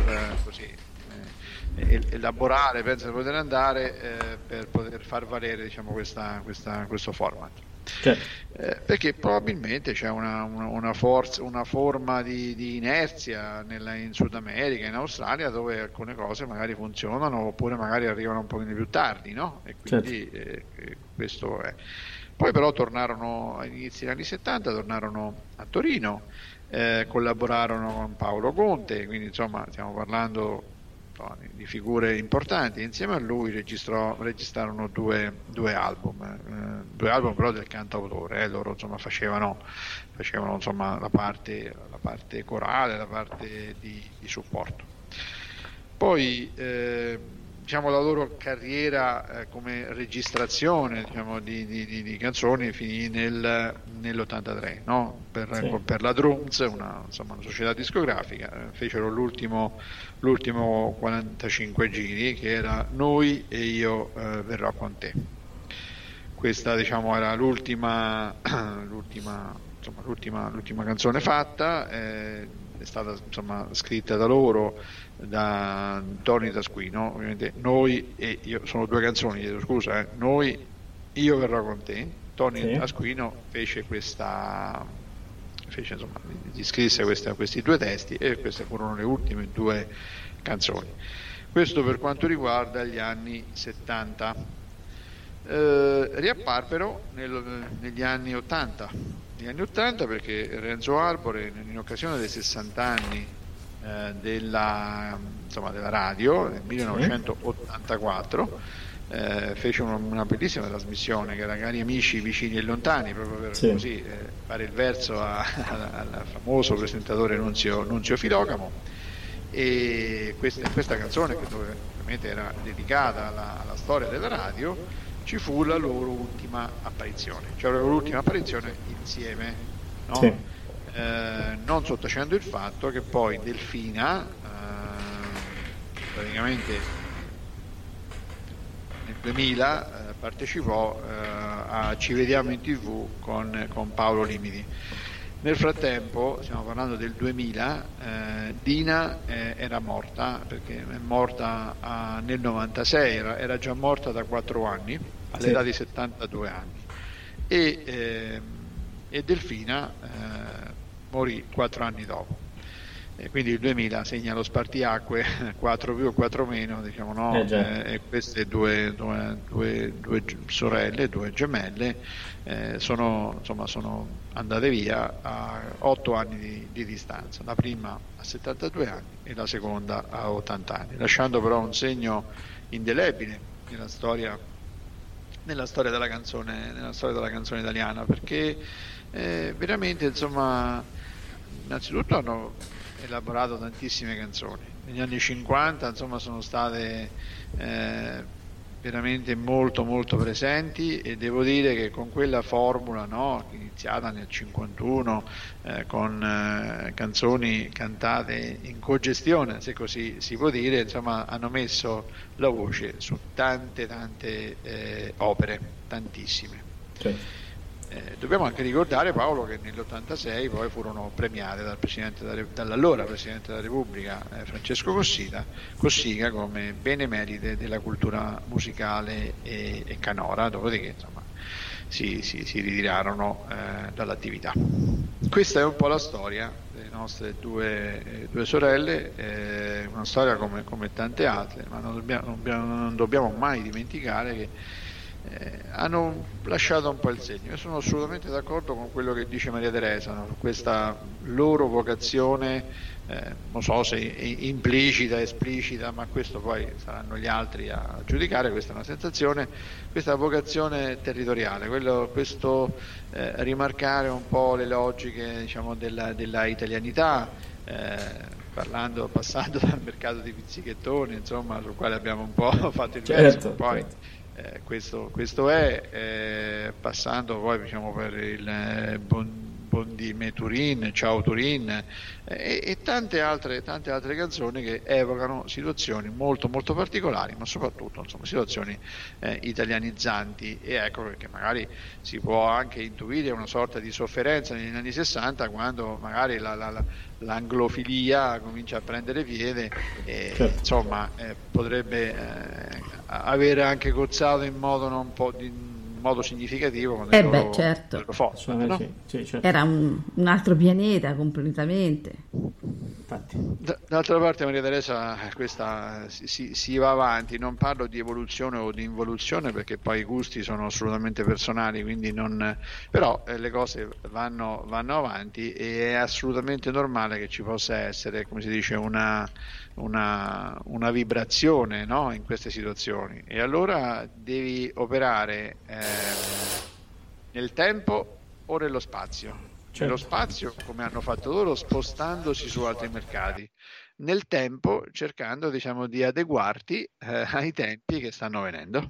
elaborare, pensano di poter andare per poter far valere, diciamo, questo format. Certo. Perché probabilmente c'è una forma di inerzia in Sud America, in Australia, dove alcune cose magari funzionano oppure magari arrivano un pochino più tardi, no? E quindi questo è. Poi però tornarono all'inizio degli anni 70, tornarono a Torino, collaborarono con Paolo Conte, quindi insomma stiamo parlando di figure importanti. Insieme a lui registrarono due album però del cantautore. Loro insomma facevano insomma la parte corale, la parte di supporto. Poi diciamo la loro carriera come registrazione, diciamo, di canzoni finì nell'83, no? Per la Drums, una società discografica, fecero l'ultimo 45 giri, che era Noi e io verrò con te. Questa, diciamo, era l'ultima canzone fatta, è stata insomma scritta da loro, da Tony Tasquino. Ovviamente Noi e io, sono due canzoni, chiedo scusa, Noi, io verrò con te. Tony Tasquino gli scrisse questi due testi, e queste furono le ultime due canzoni. Questo per quanto riguarda gli anni 70. Riapparvero negli anni 80, perché Renzo Arbore, in occasione dei 60 anni della radio, nel 1984, fece una bellissima trasmissione che era Cari amici, vicini e lontani, proprio per così fare il verso al famoso presentatore Nunzio Filocamo. E questa canzone, che ovviamente era dedicata alla storia della radio, ci fu la loro ultima apparizione, insieme, no? Sì. Non sottacendo il fatto che poi Delfina praticamente nel 2000 partecipò a Ci vediamo in TV con Paolo Limiti. Nel frattempo, stiamo parlando del 2000, Dina era morta, perché è morta nel 96, era già morta da 4 anni, all'età di 72 anni, e Delfina morì 4 anni dopo. Quindi il 2000 segna lo spartiacque, 4 più o 4 meno, diciamo, no? E queste due sorelle, due gemelle, sono andate via a 8 anni di distanza, la prima a 72 anni e la seconda a 80 anni, lasciando però un segno indelebile nella storia della canzone italiana, perché veramente, insomma, innanzitutto hanno elaborato tantissime canzoni. Negli anni 50, insomma, sono state veramente molto molto presenti, e devo dire che con quella formula, no, iniziata nel 51 con canzoni cantate in cogestione, se così si può dire, insomma, hanno messo la voce su tante opere, tantissime. Sì. Dobbiamo anche ricordare, Paolo, che nell'86 poi furono premiate dall'allora Presidente della Repubblica, Francesco Cossiga, come benemerite della cultura musicale e canora, dopodiché, insomma, si ritirarono dall'attività. Questa è un po' la storia delle nostre due sorelle, una storia come tante altre, ma non dobbiamo mai dimenticare che hanno lasciato un po' il segno. Io sono assolutamente d'accordo con quello che dice Maria Teresa, no? Questa loro vocazione, non so se implicita, esplicita, ma questo poi saranno gli altri a giudicare. Questa è una sensazione, questa vocazione territoriale, questo rimarcare un po' le logiche, diciamo, della italianità, passando dal mercato di pizzichettoni, insomma, sul quale abbiamo un po' fatto il verso, poi questo è passando poi, diciamo, per il Bondime Turin, Ciao Turin, e tante altre canzoni che evocano situazioni molto molto particolari, ma soprattutto, insomma, situazioni italianizzanti. E ecco perché magari si può anche intuire una sorta di sofferenza negli anni 60, quando magari l'anglofilia comincia a prendere piede, e certo, insomma, potrebbe avere anche cozzato in modo significativo con il loro, certo, forza, no? Sì, certo. Era un altro pianeta completamente. D'altra parte, Maria Teresa, questa si va avanti. Non parlo di evoluzione o di involuzione, perché poi i gusti sono assolutamente personali, quindi non. Però le cose vanno avanti, e è assolutamente normale che ci possa essere, come si dice, una vibrazione, no? In queste situazioni. E allora devi operare nel tempo o nello spazio. Certo. Nello spazio, come hanno fatto loro, spostandosi su altri mercati; nel tempo, cercando, diciamo, di adeguarti ai tempi che stanno venendo.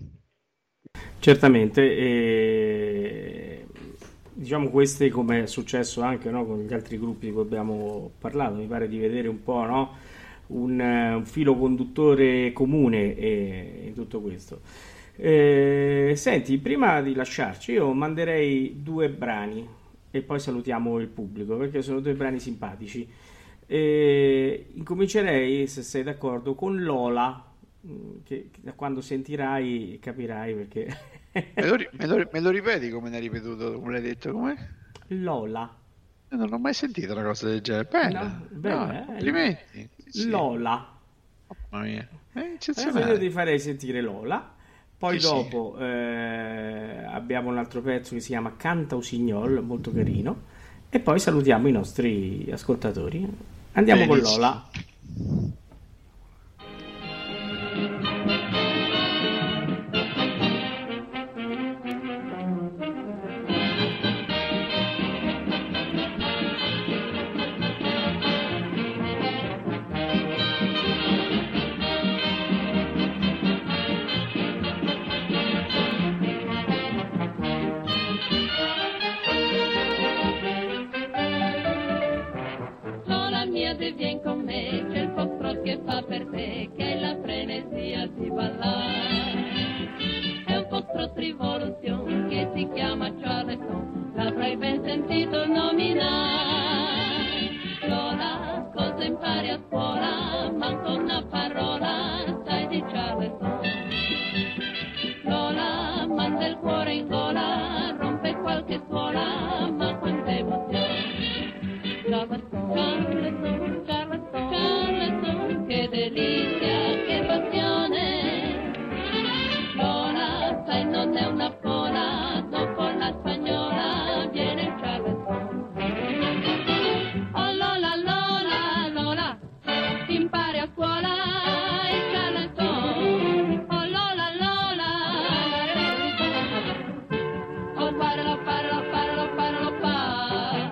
Certamente, diciamo, queste, come è successo anche, no, con gli altri gruppi di cui abbiamo parlato, mi pare di vedere un po', no, un filo conduttore comune in tutto questo. Senti, prima di lasciarci, io manderei 2 brani e poi salutiamo il pubblico, perché sono 2 brani simpatici. Incomincerei, se sei d'accordo, con Lola, che da quando sentirai capirai perché. Me lo ripeti come ne hai ripetuto, come l'hai detto, com'è? Lola. Non ho mai sentito una cosa del genere. Bella, No, bella, complimenti. Sì. Lola. Mamma mia, è Io eccezionale. ti farei sentire Lola. Poi Sì, dopo abbiamo un altro pezzo che si chiama Canta Usignol, molto carino, e poi salutiamo i nostri ascoltatori. Andiamo con Benissimo. Lola. Lola mia, se vien con me, c'è il foxtrot che fa per te, che è la frenesia di ballare. È un foxtrot rivoluzione che si chiama Charleston, l'avrai ben sentito nominare. Lola, cosa impari a scuola, manco una parola, sai di Charleston. Lola, manda il cuore in gola, rompe qualche suola, ma quanta emozione. Charleston, Charleston, Charleston, Charleston, che delizia, che passione. Lola, sai, non è una fola, dopo la spagnola viene il Charleston. Oh Lola, Lola, Lola, impari a scuola il Charleston. Oh Lola, Lola, oh parlo, parlo, parlo, parlo, parlo.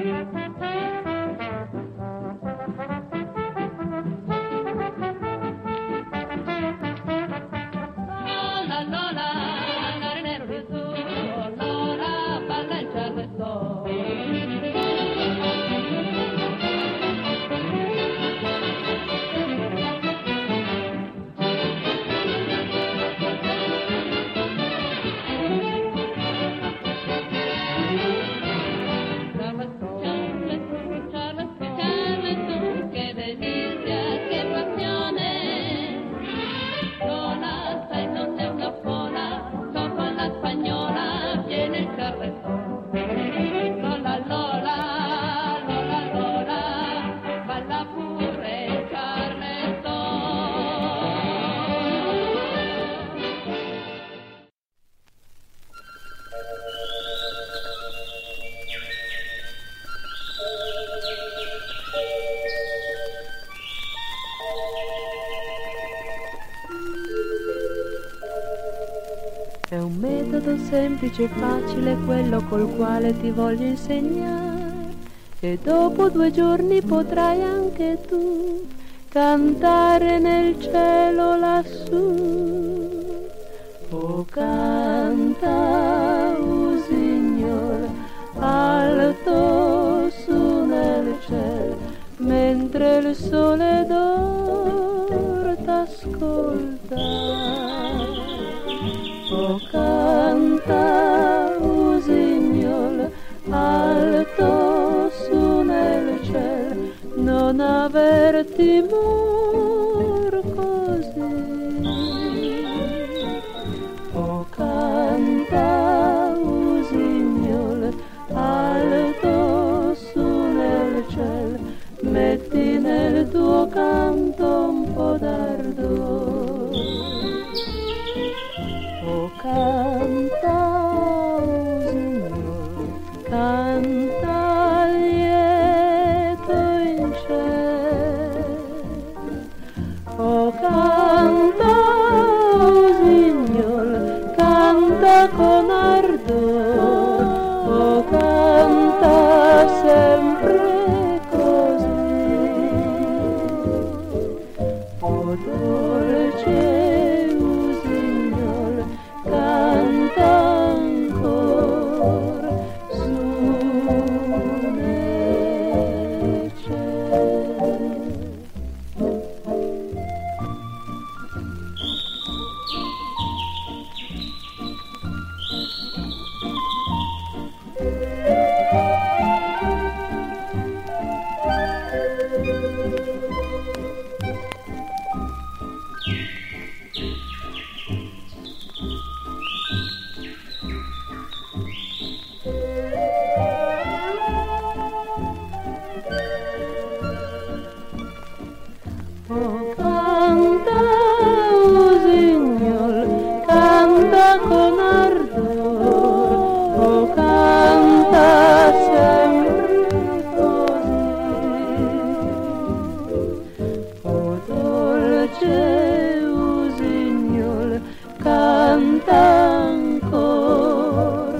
Lola, Lola, marinero di su, Lola, balla il Charleston. Charleston, Charleston, Charleston, che delizia, che passione. Lola, sai, non è una fola, dopo la spagnola viene il Charleston. Lola, Lola, Lola, Lola, balla pure il Charleston. È un metodo semplice e facile quello col quale ti voglio insegnare, e dopo 2 giorni potrai anche tu cantare nel cielo lassù. Oh, canta, usignol, alto su nel cielo, mentre il sole d'oro t'ascolta. Oh, canta, usignol, alto su nel cielo, non aver timor così. Oh, canta, usignol, alto su nel cielo, metti nel Canta, Signor, canta lieto in cielo. Oh, canta, Signor, canta con ardor. Oh, canta sempre così. Oh, dolce Signor, canta ancora su nel cielo. Oh, canta, oh Signor, canta con ardor. Oh, canta sempre così. Oh, dolce, oh Signor, canta ancora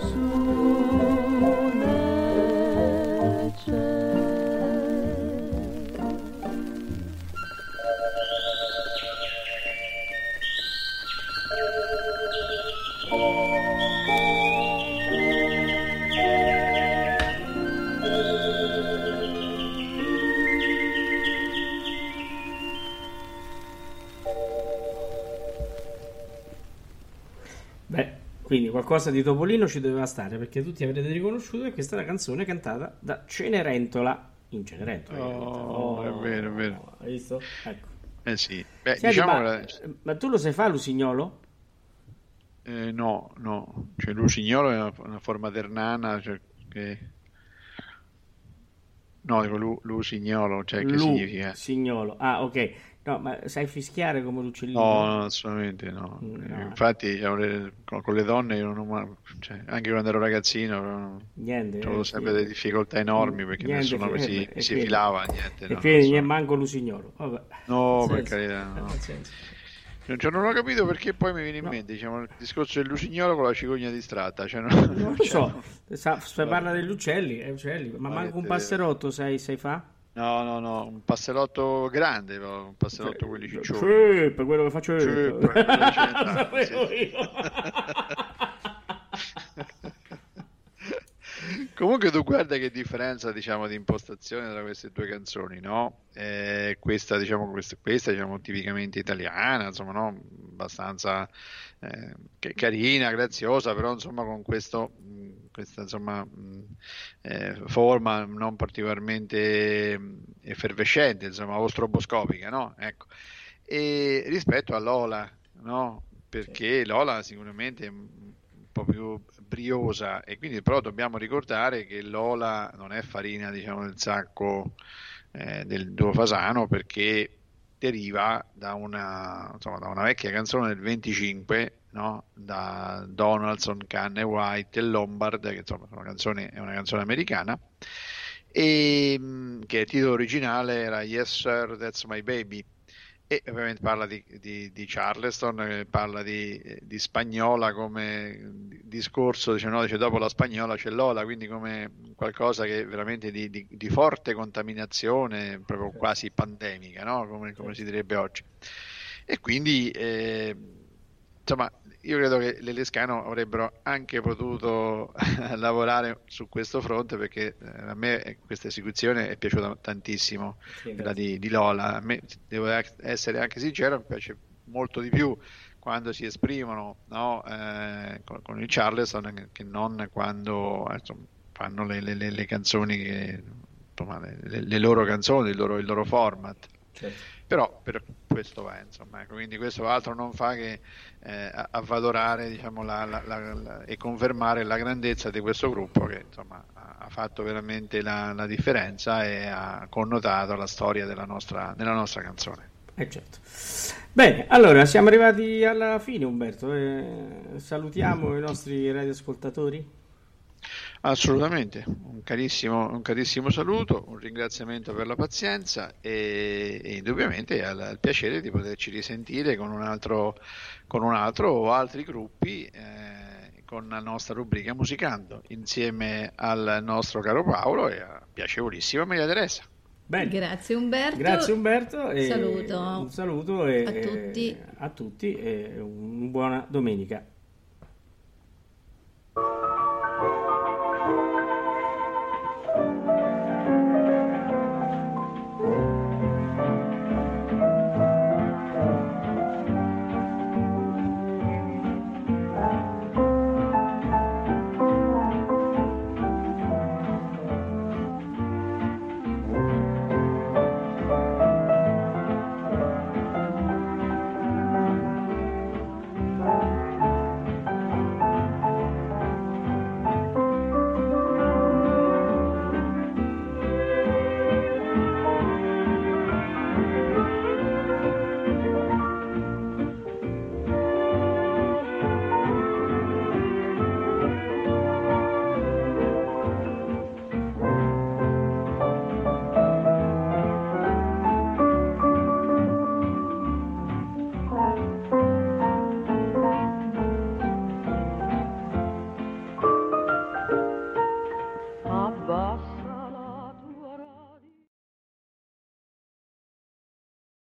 su nel cielo. Beh, quindi qualcosa di Topolino ci doveva stare, perché tutti avrete riconosciuto che questa è una canzone cantata da Cenerentola in Cenerentola. Oh, è vero, è vero. Hai visto? Ecco. Sì. Beh, Senti, diciamo ma tu lo sai fare l'usignolo? no, cioè l'usignolo è una forma ternana, cioè che... No, dico l'usignolo, cioè che significa? Signolo. Ah, ok. No, ma sai fischiare come l'uccellino? No, assolutamente no. No. Infatti con le donne io non ho mai, cioè, anche quando ero ragazzino Niente. avevo sempre delle difficoltà enormi perché Niente, nessuno si quindi- filava, niente. E no, quindi non niente so. manco l'usignolo. Vabbè. No, per Pazienza. carità, no. Pazienza. Non ho capito perché poi mi viene in No. mente, diciamo, il discorso dell'usignolo con la cicogna distratta. Cioè, Non lo so, cioè, si parla degli uccelli, ma manco un passerotto sai fa? No, un passerotto grande, però, un passerotto quelli ciccioni. Sì, per quello che faccio io. Sì, per quello che c'è, Lo sapevo sì. io. Comunque tu guarda che differenza, diciamo, di impostazione tra queste due canzoni, no? Questa, diciamo, tipicamente italiana, insomma, no? Abbastanza carina, graziosa, però insomma con questa insomma forma non particolarmente effervescente, insomma, o stroboscopica, no? Ecco. E rispetto a Lola, no? Perché Lola sicuramente è un po' più briosa, e quindi però dobbiamo ricordare che Lola non è farina, diciamo, del sacco del duo Fasano, perché deriva da una vecchia canzone del 25, no? Da Donaldson, Cann e White e Lombard, che insomma è una canzone americana, e che il titolo originale era Yes Sir, That's My Baby. E ovviamente parla di Charleston, parla di Spagnola come discorso, dice dopo la Spagnola c'è Lola, quindi come qualcosa che è veramente di forte contaminazione, proprio quasi pandemica, no? Come si direbbe oggi. E quindi, insomma, io credo che le Lescano avrebbero anche potuto lavorare su questo fronte, perché a me questa esecuzione è piaciuta tantissimo, quella di Lola. A me, devo essere anche sincero, mi piace molto di più quando si esprimono, no, con il Charleston, che non quando insomma, fanno le canzoni, insomma, le loro canzoni, il loro format. Certo. Però per questo va, insomma, ecco, quindi questo altro non fa che avvalorare, diciamo, e confermare la grandezza di questo gruppo, che insomma ha fatto veramente la differenza e ha connotato la storia della nostra canzone. Certo. Bene, allora siamo arrivati alla fine, Umberto. Salutiamo i nostri radioascoltatori. Assolutamente, un carissimo saluto, un ringraziamento per la pazienza e indubbiamente al piacere di poterci risentire con un altro o altri gruppi con la nostra rubrica Musicando, insieme al nostro caro Paolo e a piacevolissima Maria Teresa. Bene. Grazie Umberto. E un saluto a tutti e una buona domenica.